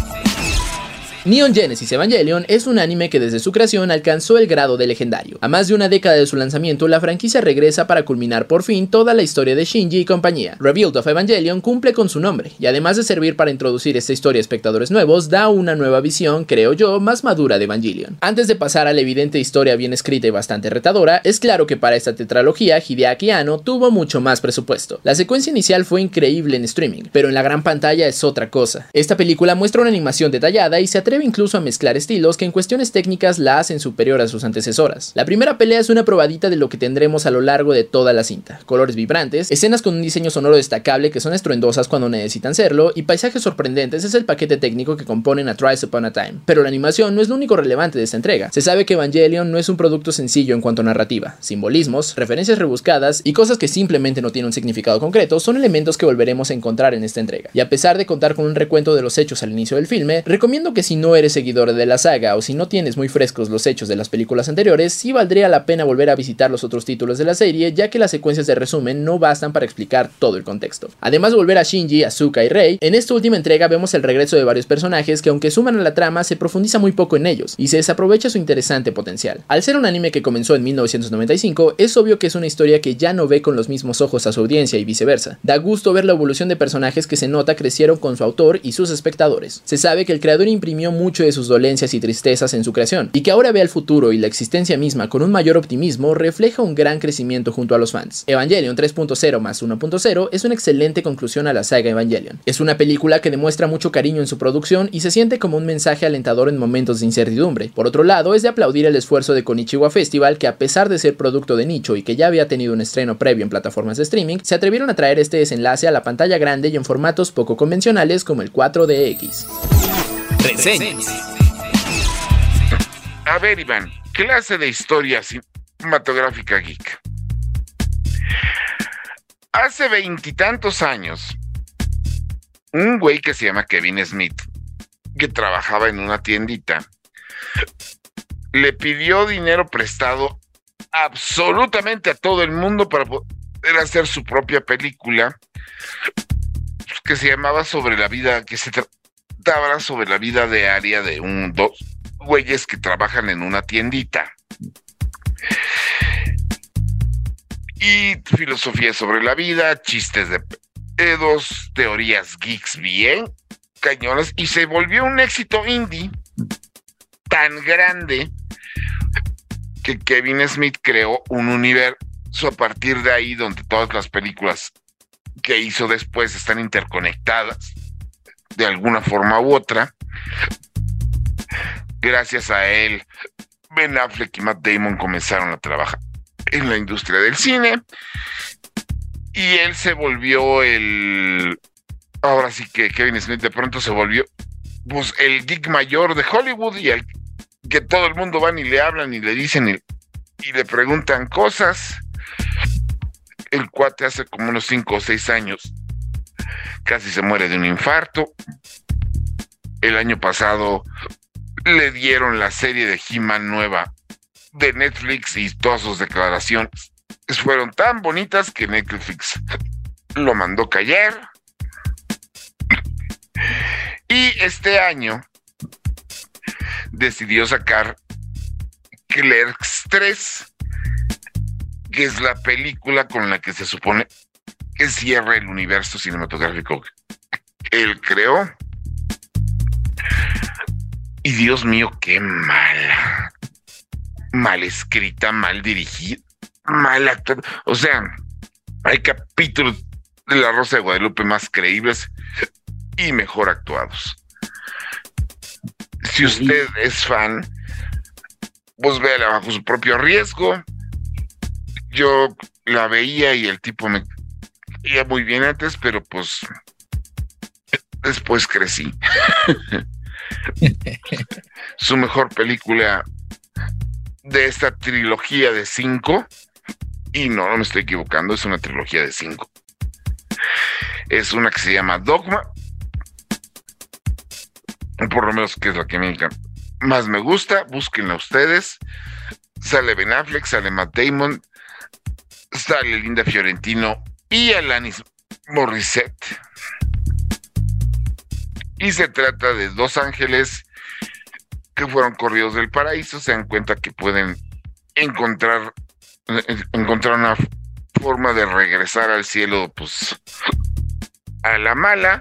S2: Neon Genesis Evangelion es un anime que desde su creación alcanzó el grado de legendario. A más de una década de su lanzamiento, la franquicia regresa para culminar por fin toda la historia de Shinji y compañía. Rebuild of Evangelion cumple con su nombre, y además de servir para introducir esta historia a espectadores nuevos, da una nueva visión, creo yo, más madura de Evangelion. Antes de pasar a la evidente historia bien escrita y bastante retadora, es claro que para esta tetralogía Hideaki Anno tuvo mucho más presupuesto. La secuencia inicial fue increíble en streaming, pero en la gran pantalla es otra cosa. Esta película muestra una animación detallada y se atreve incluso a mezclar estilos que en cuestiones técnicas la hacen superior a sus antecesoras. La primera pelea es una probadita de lo que tendremos a lo largo de toda la cinta: colores vibrantes, escenas con un diseño sonoro destacable que son estruendosas cuando necesitan serlo, y paisajes sorprendentes es el paquete técnico que componen a Thrice Upon a Time. Pero la animación no es lo único relevante de esta entrega. Se sabe que Evangelion no es un producto sencillo en cuanto a narrativa. Simbolismos, referencias rebuscadas y cosas que simplemente no tienen un significado concreto son elementos que volveremos a encontrar en esta entrega. Y a pesar de contar con un recuento de los hechos al inicio del filme, recomiendo que si no eres seguidor de la saga o si no tienes muy frescos los hechos de las películas anteriores, sí valdría la pena volver a visitar los otros títulos de la serie, ya que las secuencias de resumen no bastan para explicar todo el contexto. Además de volver a Shinji, Asuka y Rei, en esta última entrega vemos el regreso de varios personajes que, aunque suman a la trama, se profundiza muy poco en ellos y se desaprovecha su interesante potencial. Al ser un anime que comenzó en 1995, es obvio que es una historia que ya no ve con los mismos ojos a su audiencia y viceversa. Da gusto ver la evolución de personajes que se nota crecieron con su autor y sus espectadores. Se sabe que el creador imprimió mucho de sus dolencias y tristezas en su creación, y que ahora ve el futuro y la existencia misma con un mayor optimismo refleja un gran crecimiento junto a los fans. Evangelion 3.0 más 1.0 es una excelente conclusión a la saga Evangelion. Es una película que demuestra mucho cariño en su producción y se siente como un mensaje alentador en momentos de incertidumbre. Por otro lado, es de aplaudir el esfuerzo de Konichiwa Festival, que a pesar de ser producto de nicho y que ya había tenido un estreno previo en plataformas de streaming, se atrevieron a traer este desenlace a la pantalla grande y en formatos poco convencionales como el 4DX. Reseñas.
S3: A ver, Iván, clase de historia cinematográfica geek. Hace 20 y tantos años, un güey que se llama Kevin Smith, que trabajaba en una tiendita, le pidió dinero prestado absolutamente a todo el mundo para poder hacer su propia película, que se llamaba sobre la vida, que se trataba sobre la vida diaria de dos güeyes que trabajan en una tiendita. Y filosofía sobre la vida, chistes de pedos, teorías geeks bien cañonas, y se volvió un éxito indie tan grande que Kevin Smith creó un universo a partir de ahí donde todas las películas que hizo después están interconectadas de alguna forma u otra. Gracias a él, Ben Affleck y Matt Damon comenzaron a trabajar en la industria del cine y él se volvió ahora sí que Kevin Smith de pronto se volvió pues el geek mayor de Hollywood, y al que todo el mundo van y le hablan y le dicen y le preguntan cosas. El cuate hace como unos 5 o 6 años casi se muere de un infarto. El año pasado le dieron la serie de He-Man nueva de Netflix y todas sus declaraciones fueron tan bonitas que Netflix lo mandó callar. Y este año decidió sacar Clerks 3, que es la película con la que se supone que cierra el universo cinematográfico que él creó. Y Dios mío, qué mala. Mal escrita, mal dirigida, mal actuada. O sea, hay capítulos de La Rosa de Guadalupe más creíbles y mejor actuados. Si usted es fan, pues véala bajo su propio riesgo. Yo la veía y el tipo me veía muy bien antes, pero pues después crecí. Su mejor película de esta trilogía de 5, y no me estoy equivocando, es una trilogía de 5. Es una que se llama Dogma, por lo menos que es la que más me gusta. Búsquenla ustedes. Sale Ben Affleck, sale Matt Damon, sale Linda Fiorentino y Alanis Morissette. Y se trata de dos ángeles que fueron corridos del paraíso, se dan cuenta que pueden encontrar una forma de regresar al cielo, pues a la mala,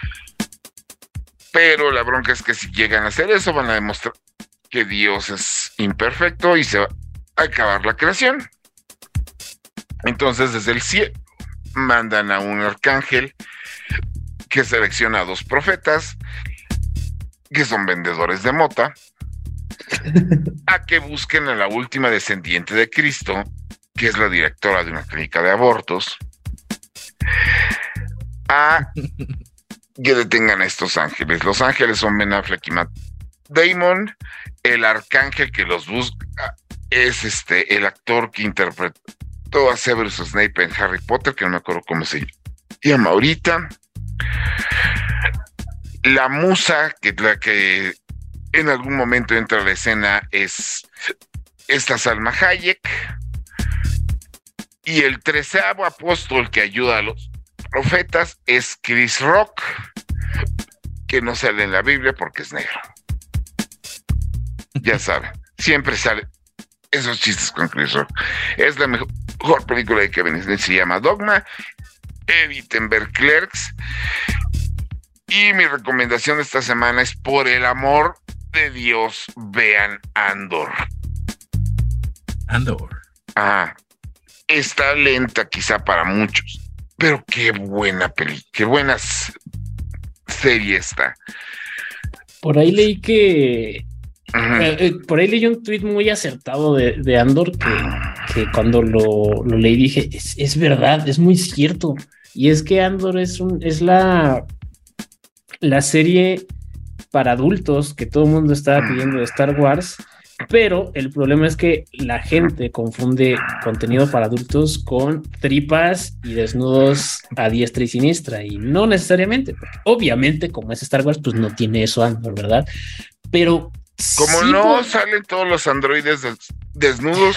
S3: pero la bronca es que si llegan a hacer eso van a demostrar que Dios es imperfecto y se va a acabar la creación. Entonces desde el cielo mandan a un arcángel que selecciona a 2 profetas que son vendedores de mota a que busquen a la última descendiente de Cristo, que es la directora de una clínica de abortos, a que detengan a estos ángeles. Los ángeles son Ben Affleck y Matt Damon. El arcángel que los busca es el actor que interpretó a Severus Snape en Harry Potter, que no me acuerdo cómo se llama ahorita. La musa la que en algún momento entra a la escena es esta Salma Hayek. Y el 13º apóstol que ayuda a los profetas es Chris Rock, que no sale en la Biblia porque es negro. Ya saben, siempre sale esos chistes con Chris Rock. Es la mejor película de Kevin Smith, se llama Dogma. Eviten ver Clerks. Y mi recomendación de esta semana es, por el amor de Dios, vean Andor.
S4: Andor.
S3: Está lenta quizá para muchos, pero qué buena qué buena serie está.
S1: Por ahí leí que por ahí leí un tweet muy acertado de Andor que cuando lo leí dije, es verdad, es muy cierto. Y es que Andor es la serie para adultos que todo el mundo estaba pidiendo de Star Wars, pero el problema es que la gente confunde contenido para adultos con tripas y desnudos a diestra y siniestra, y no necesariamente, porque obviamente como es Star Wars, pues no tiene eso Andor, ¿verdad? Pero
S3: como sí, no salen todos los androides desnudos.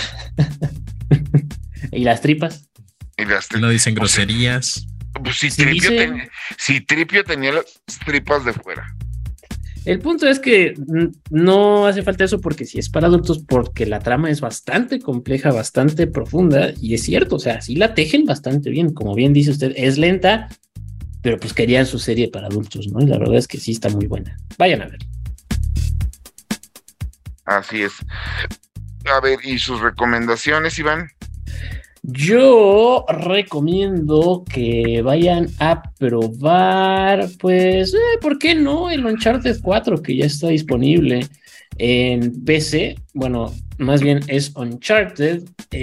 S1: ¿Y las tripas?
S4: No dicen groserías.
S3: Pues si Tripio tenía las tripas de fuera.
S1: El punto es que no hace falta eso porque si es para adultos, porque la trama es bastante compleja, bastante profunda, y es cierto, o sea, sí la tejen bastante bien, como bien dice usted, es lenta, pero pues querían su serie para adultos, ¿no? Y la verdad es que sí está muy buena. Vayan a ver.
S3: Así es. A ver, ¿y sus recomendaciones, Iván?
S1: Yo recomiendo que vayan a probar, pues, ¿por qué no? El Uncharted 4, que ya está disponible en PC. Bueno, más bien es Uncharted,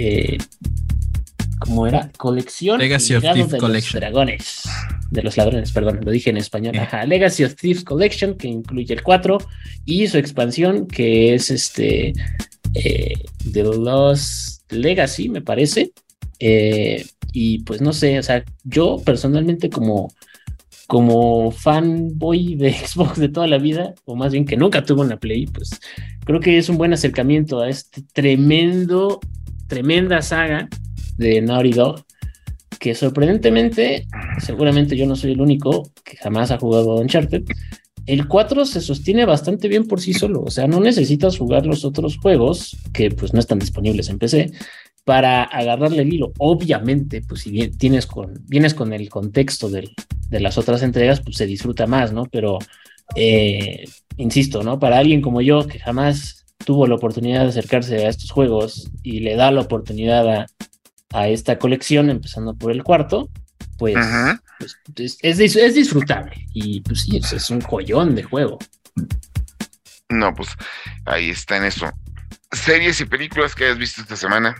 S1: ¿cómo era? Colección
S4: Legacy of Thieves Collection.
S1: De los ladrones, perdón, lo dije en español. Ajá, Legacy of Thieves Collection, que incluye el 4 y su expansión, que es The Lost Legacy, me parece. Y pues no sé, o sea, yo personalmente como fanboy de Xbox de toda la vida, o más bien que nunca tuve una Play, pues creo que es un buen acercamiento a este tremenda saga de Naughty Dog, que sorprendentemente, seguramente yo no soy el único que jamás ha jugado Uncharted. El 4 se sostiene bastante bien por sí solo, o sea, no necesitas jugar los otros juegos que pues no están disponibles en PC para agarrarle el hilo. Obviamente, pues si bien vienes con el contexto de las otras entregas, pues se disfruta más, ¿no? Pero, insisto, ¿no? Para alguien como yo, que jamás tuvo la oportunidad de acercarse a estos juegos y le da la oportunidad a esta colección, empezando por el cuarto, pues, pues es disfrutable. Y pues sí, es un joyón de juego.
S3: No, pues ahí está en eso. ¿Series y películas que hayas visto esta semana?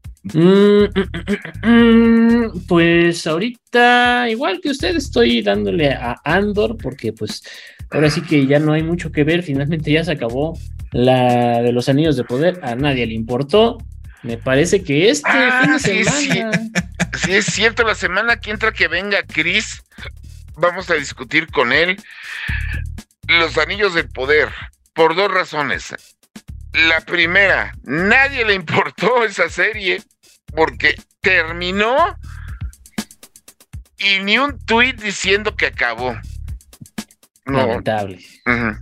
S1: Pues ahorita, igual que usted, estoy dándole a Andor, porque pues ahora sí que ya no hay mucho que ver. Finalmente ya se acabó la de los Anillos de Poder, a nadie le importó. Me parece que fin de semana.
S3: Sí, es cierto, la semana que entra que venga Chris, vamos a discutir con él los Anillos del Poder, por 2 razones. La primera, nadie le importó esa serie porque terminó y ni un tuit diciendo que acabó. No.
S1: Lamentable.
S3: Uh-huh.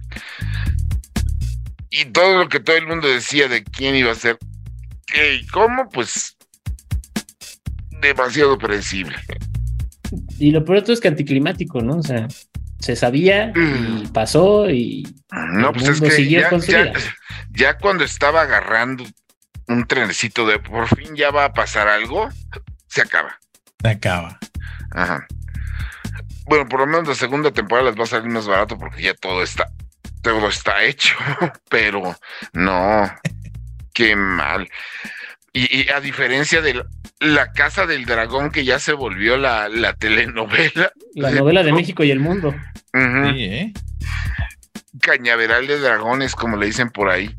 S3: Y todo lo que todo el mundo decía de quién iba a ser, qué y cómo, pues demasiado predecible.
S1: Y lo peor de todo es que anticlimático, ¿no? O sea, se sabía y pasó y
S3: no, pues es que
S1: siguió con su vida.
S3: Ya cuando estaba agarrando un trenecito de por fin ya va a pasar algo, se acaba. Ajá. Bueno, por lo menos la segunda temporada les va a salir más barato porque ya todo está hecho, pero no, qué mal. Y a diferencia de La Casa del Dragón, que ya se volvió la telenovela.
S1: La novela de México y el mundo.
S3: Uh-huh.
S4: Sí,
S3: Cañaveral de dragones, como le dicen por ahí.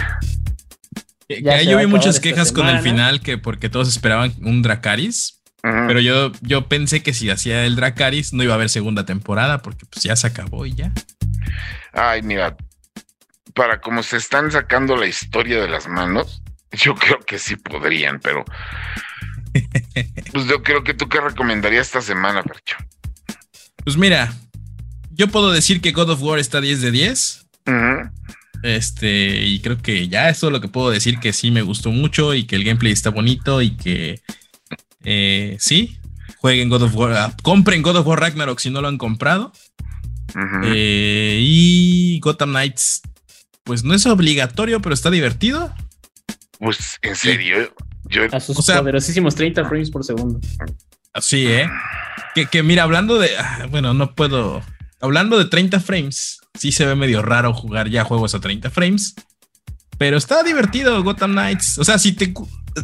S4: Yo vi muchas quejas con el final, que porque todos esperaban un Dracarys. Uh-huh. Pero yo pensé que si hacía el Dracarys no iba a haber segunda temporada, porque pues ya se acabó y ya.
S3: Ay, mira, para como se están sacando la historia de las manos, yo creo que sí podrían, pero pues yo creo que tú qué recomendarías esta semana, Percho.
S4: Pues mira, yo puedo decir que God of War está 10 de 10.
S3: Uh-huh.
S4: Y creo que ya es todo lo que puedo decir, que sí me gustó mucho y que el gameplay está bonito y que sí, jueguen God of War, compren God of War Ragnarok si no lo han comprado. Uh-huh. Y Gotham Knights, pues no es obligatorio, pero está divertido.
S3: Pues en serio,
S1: a sus poderosísimos 30 frames por segundo.
S4: Sí, que mira, hablando de, bueno, no puedo, hablando de 30 frames, sí se ve medio raro jugar ya juegos a 30 frames, pero está divertido Gotham Knights. O sea, si te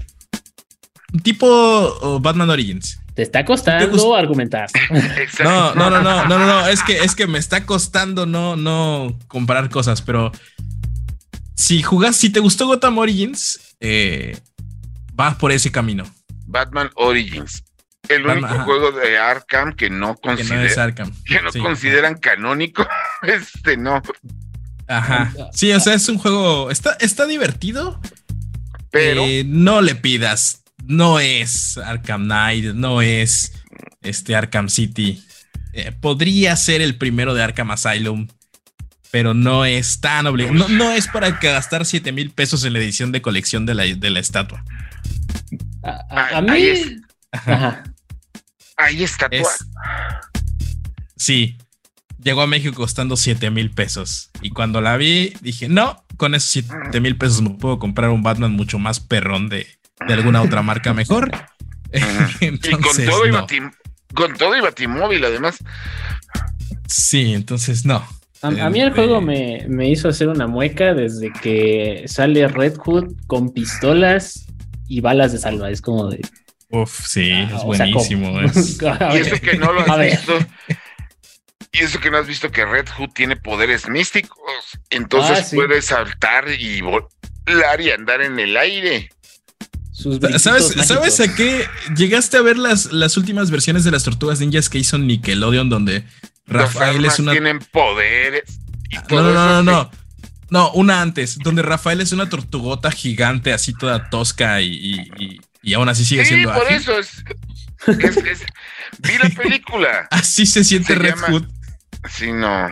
S4: tipo Batman Origins.
S1: Te está costando argumentar.
S4: No, es que me está costando no comparar cosas, pero si te gustó Gotham Origins, vas por ese camino.
S3: Batman Origins, el único juego de Arkham que no consideran canónico. No.
S4: Ajá. Sí, o sea, es un juego, está divertido, pero no le pidas. No es Arkham Knight, no es Arkham City. Podría ser el primero de Arkham Asylum, pero no es tan obligado. No es para gastar 7,000 pesos en la edición de colección de la estatua.
S1: A mí.
S3: Ahí está.
S4: Sí, llegó a México costando 7,000 pesos. Y cuando la vi, dije, no, con esos 7,000 pesos me puedo comprar un Batman mucho más perrón de alguna otra marca mejor. Entonces,
S3: y con todo y Batimóvil, además.
S4: Sí, entonces no.
S1: A mí el juego me hizo hacer una mueca desde que sale Red Hood con pistolas y balas de salva. Es como de...
S4: Uf, sí, es buenísimo.
S3: Y eso que no lo has visto. Y eso que no has visto que Red Hood tiene poderes místicos. Entonces puede saltar y volar y andar en el aire.
S1: sus brinquitos
S4: ¿Sabes a qué? ¿Llegaste a ver las últimas versiones de las Tortugas Ninjas que hizo Nickelodeon donde Rafael es una...
S3: tienen poderes y todo
S4: No. No, una antes, donde Rafael es una tortugota gigante, así toda tosca y aún así sigue siendo
S3: por
S4: ágil.
S3: eso es vi la película.
S4: Así se siente Red Hood.
S3: Sí, no.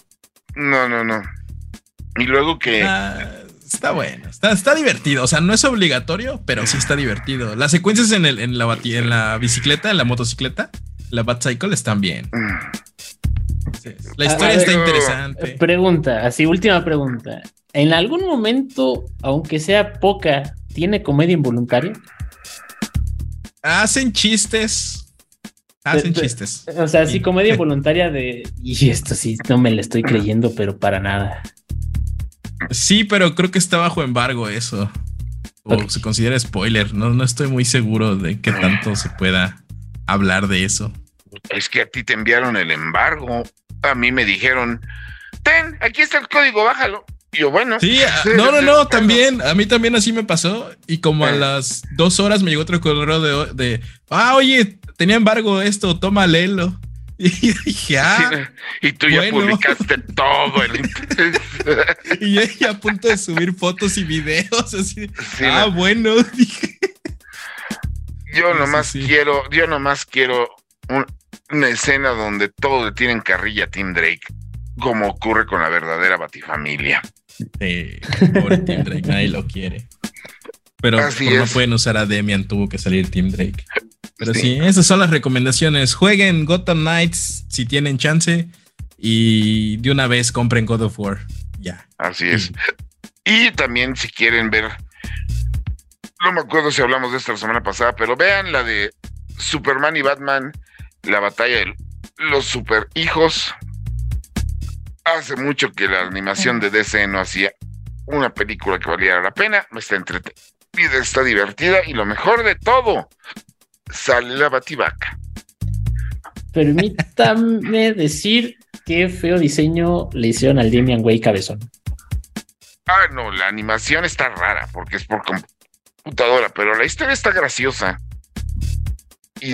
S3: Y luego que...
S4: Está bueno, está divertido. O sea, no es obligatorio, pero sí está divertido. Las secuencias en la bicicleta, en la motocicleta, la Batcycle están bien. Sí, la historia está interesante.
S1: Última pregunta. ¿En algún momento, aunque sea poca, tiene comedia involuntaria?
S4: Hacen chistes.
S1: O sea, sí, comedia involuntaria de... Y esto sí, no me lo estoy creyendo, pero para nada.
S4: Sí, pero creo que está bajo embargo eso. O se considera spoiler. No estoy muy seguro de qué tanto se pueda hablar de eso.
S3: Es que a ti te enviaron el embargo. A mí me dijeron, aquí está el código, bájalo. Y yo, bueno.
S4: Sí, no, también. A mí también así me pasó. Y como a las 2 horas me llegó otro correo de oye, tenía embargo esto, toma, léelo. Y dije,
S3: y tú ya publicaste todo el
S4: y yo ya a punto de subir fotos y videos así. Sí, bueno, dije.
S3: Yo nomás quiero una escena donde todos le tienen carrilla a Tim Drake, como ocurre con la verdadera Batifamilia.
S4: Pobre Tim Drake, nadie lo quiere. Pero no pueden usar a Demian, tuvo que salir Tim Drake. Pero sí, esas son las recomendaciones. Jueguen Gotham Knights si tienen chance y de una vez compren God of War. Ya.
S3: Así es. Y también si quieren ver, no me acuerdo si hablamos de esta la semana pasada, pero vean la de Superman y Batman, la batalla de los super hijos. Hace mucho que la animación de DC no hacía una película que valiera la pena. Está entretenida, está divertida y lo mejor de todo, sale la Bativaca.
S1: Permítame decir qué feo diseño le hicieron al Damian Wayne cabezón.
S3: No, la animación está rara porque es por computadora, pero la historia está graciosa. Y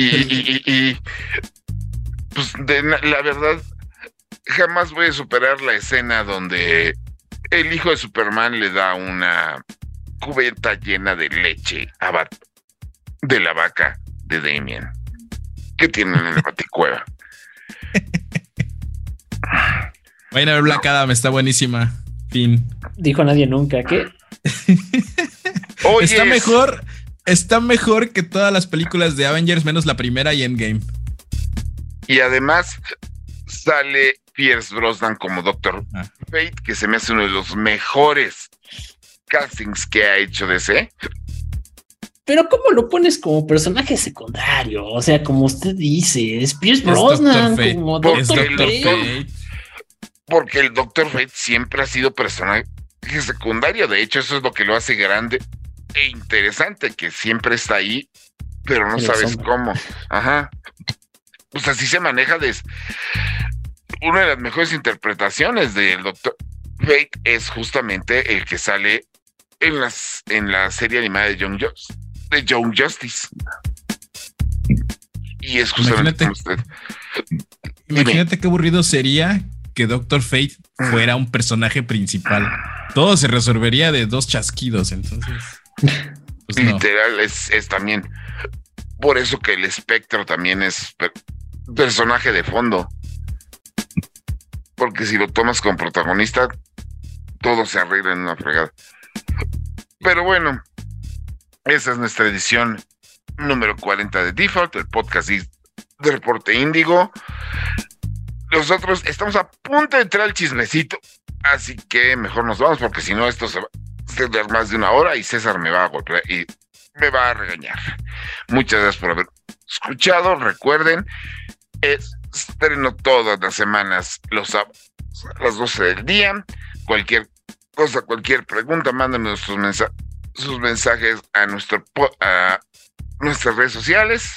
S3: pues la verdad, jamás voy a superar la escena donde el hijo de Superman le da una cubeta llena de leche de la vaca de Damian que tienen en la baticueva.
S4: Vayan a ver Black Adam, está buenísima. Fin.
S1: Dijo nadie nunca, ¿qué?
S4: Está mejor que todas las películas de Avengers, menos la primera y Endgame.
S3: Y además sale Pierce Brosnan como Dr. Fate, que se me hace uno de los mejores castings que ha hecho DC.
S1: Pero ¿cómo lo pones como personaje secundario? O sea, como usted dice, es Pierce Brosnan como Dr. Fate.
S3: Porque el Dr. Fate siempre ha sido personaje secundario. De hecho, eso es lo que lo hace grande e interesante, que siempre está ahí, pero no sabes cómo. Ajá. Pues así se maneja. Una de las mejores interpretaciones del Dr. Fate es justamente el que sale en la serie animada de Young Justice. Y es justamente como usted.
S4: Imagínate qué aburrido sería que Dr. Fate fuera un personaje principal. Todo se resolvería de 2 chasquidos, entonces. Pues
S3: literal, es también por eso que el Espectro también es personaje de fondo. Porque si lo tomas como protagonista, todo se arregla en una fregada. Pero bueno, esa es nuestra edición número 40 de Default, el podcast de Reporte Índigo. Nosotros estamos a punto de entrar al chismecito, así que mejor nos vamos, porque si no esto se va a extender más de 1 hora y César me va a golpear y me va a regañar. Muchas gracias por haber escuchado. Recuerden, estreno todas las semanas los sábados a las 12 del día. Cualquier cosa, cualquier pregunta, mándenme sus mensajes a nuestras redes sociales.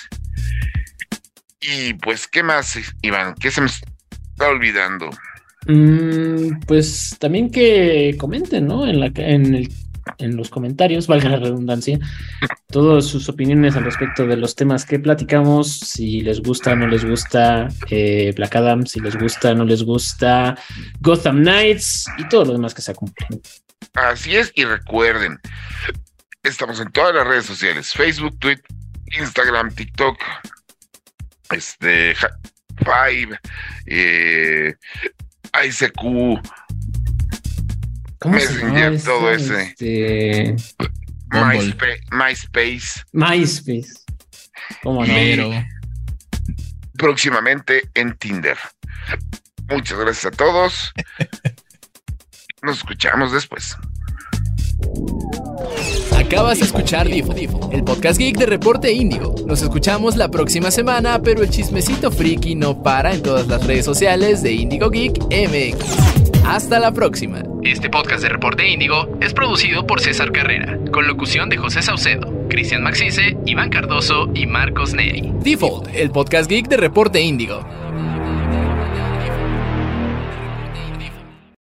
S3: Y pues, ¿qué más, Iván? ¿Qué se me está olvidando?
S1: Pues también que comenten, ¿no? En en los comentarios, valga la redundancia, todas sus opiniones al respecto de los temas que platicamos, si les gusta, no les gusta Black Adam, si les gusta, no les gusta Gotham Knights y todo lo demás que se cumple.
S3: Así es, y recuerden, estamos en todas las redes sociales, Facebook, Twitter, Instagram, TikTok, Five, ICQ,
S1: ¿Cómo
S3: Messenger,
S1: se
S3: todo
S1: llama
S3: ese. MySpace.
S1: ¿Cómo no?
S4: Pero
S3: Próximamente en Tinder. Muchas gracias a todos. Nos escuchamos después.
S2: Acabas de escuchar DIFO, el podcast geek de Reporte Índigo. Nos escuchamos la próxima semana, pero el chismecito friki no para en todas las redes sociales de Índigo Geek MX. Hasta la próxima. Este podcast de Reporte Índigo es producido por César Carrera, con locución de José Saucedo, Cristian Maxice, Iván Cardoso y Marcos Neri. Default, el podcast geek de Reporte Índigo.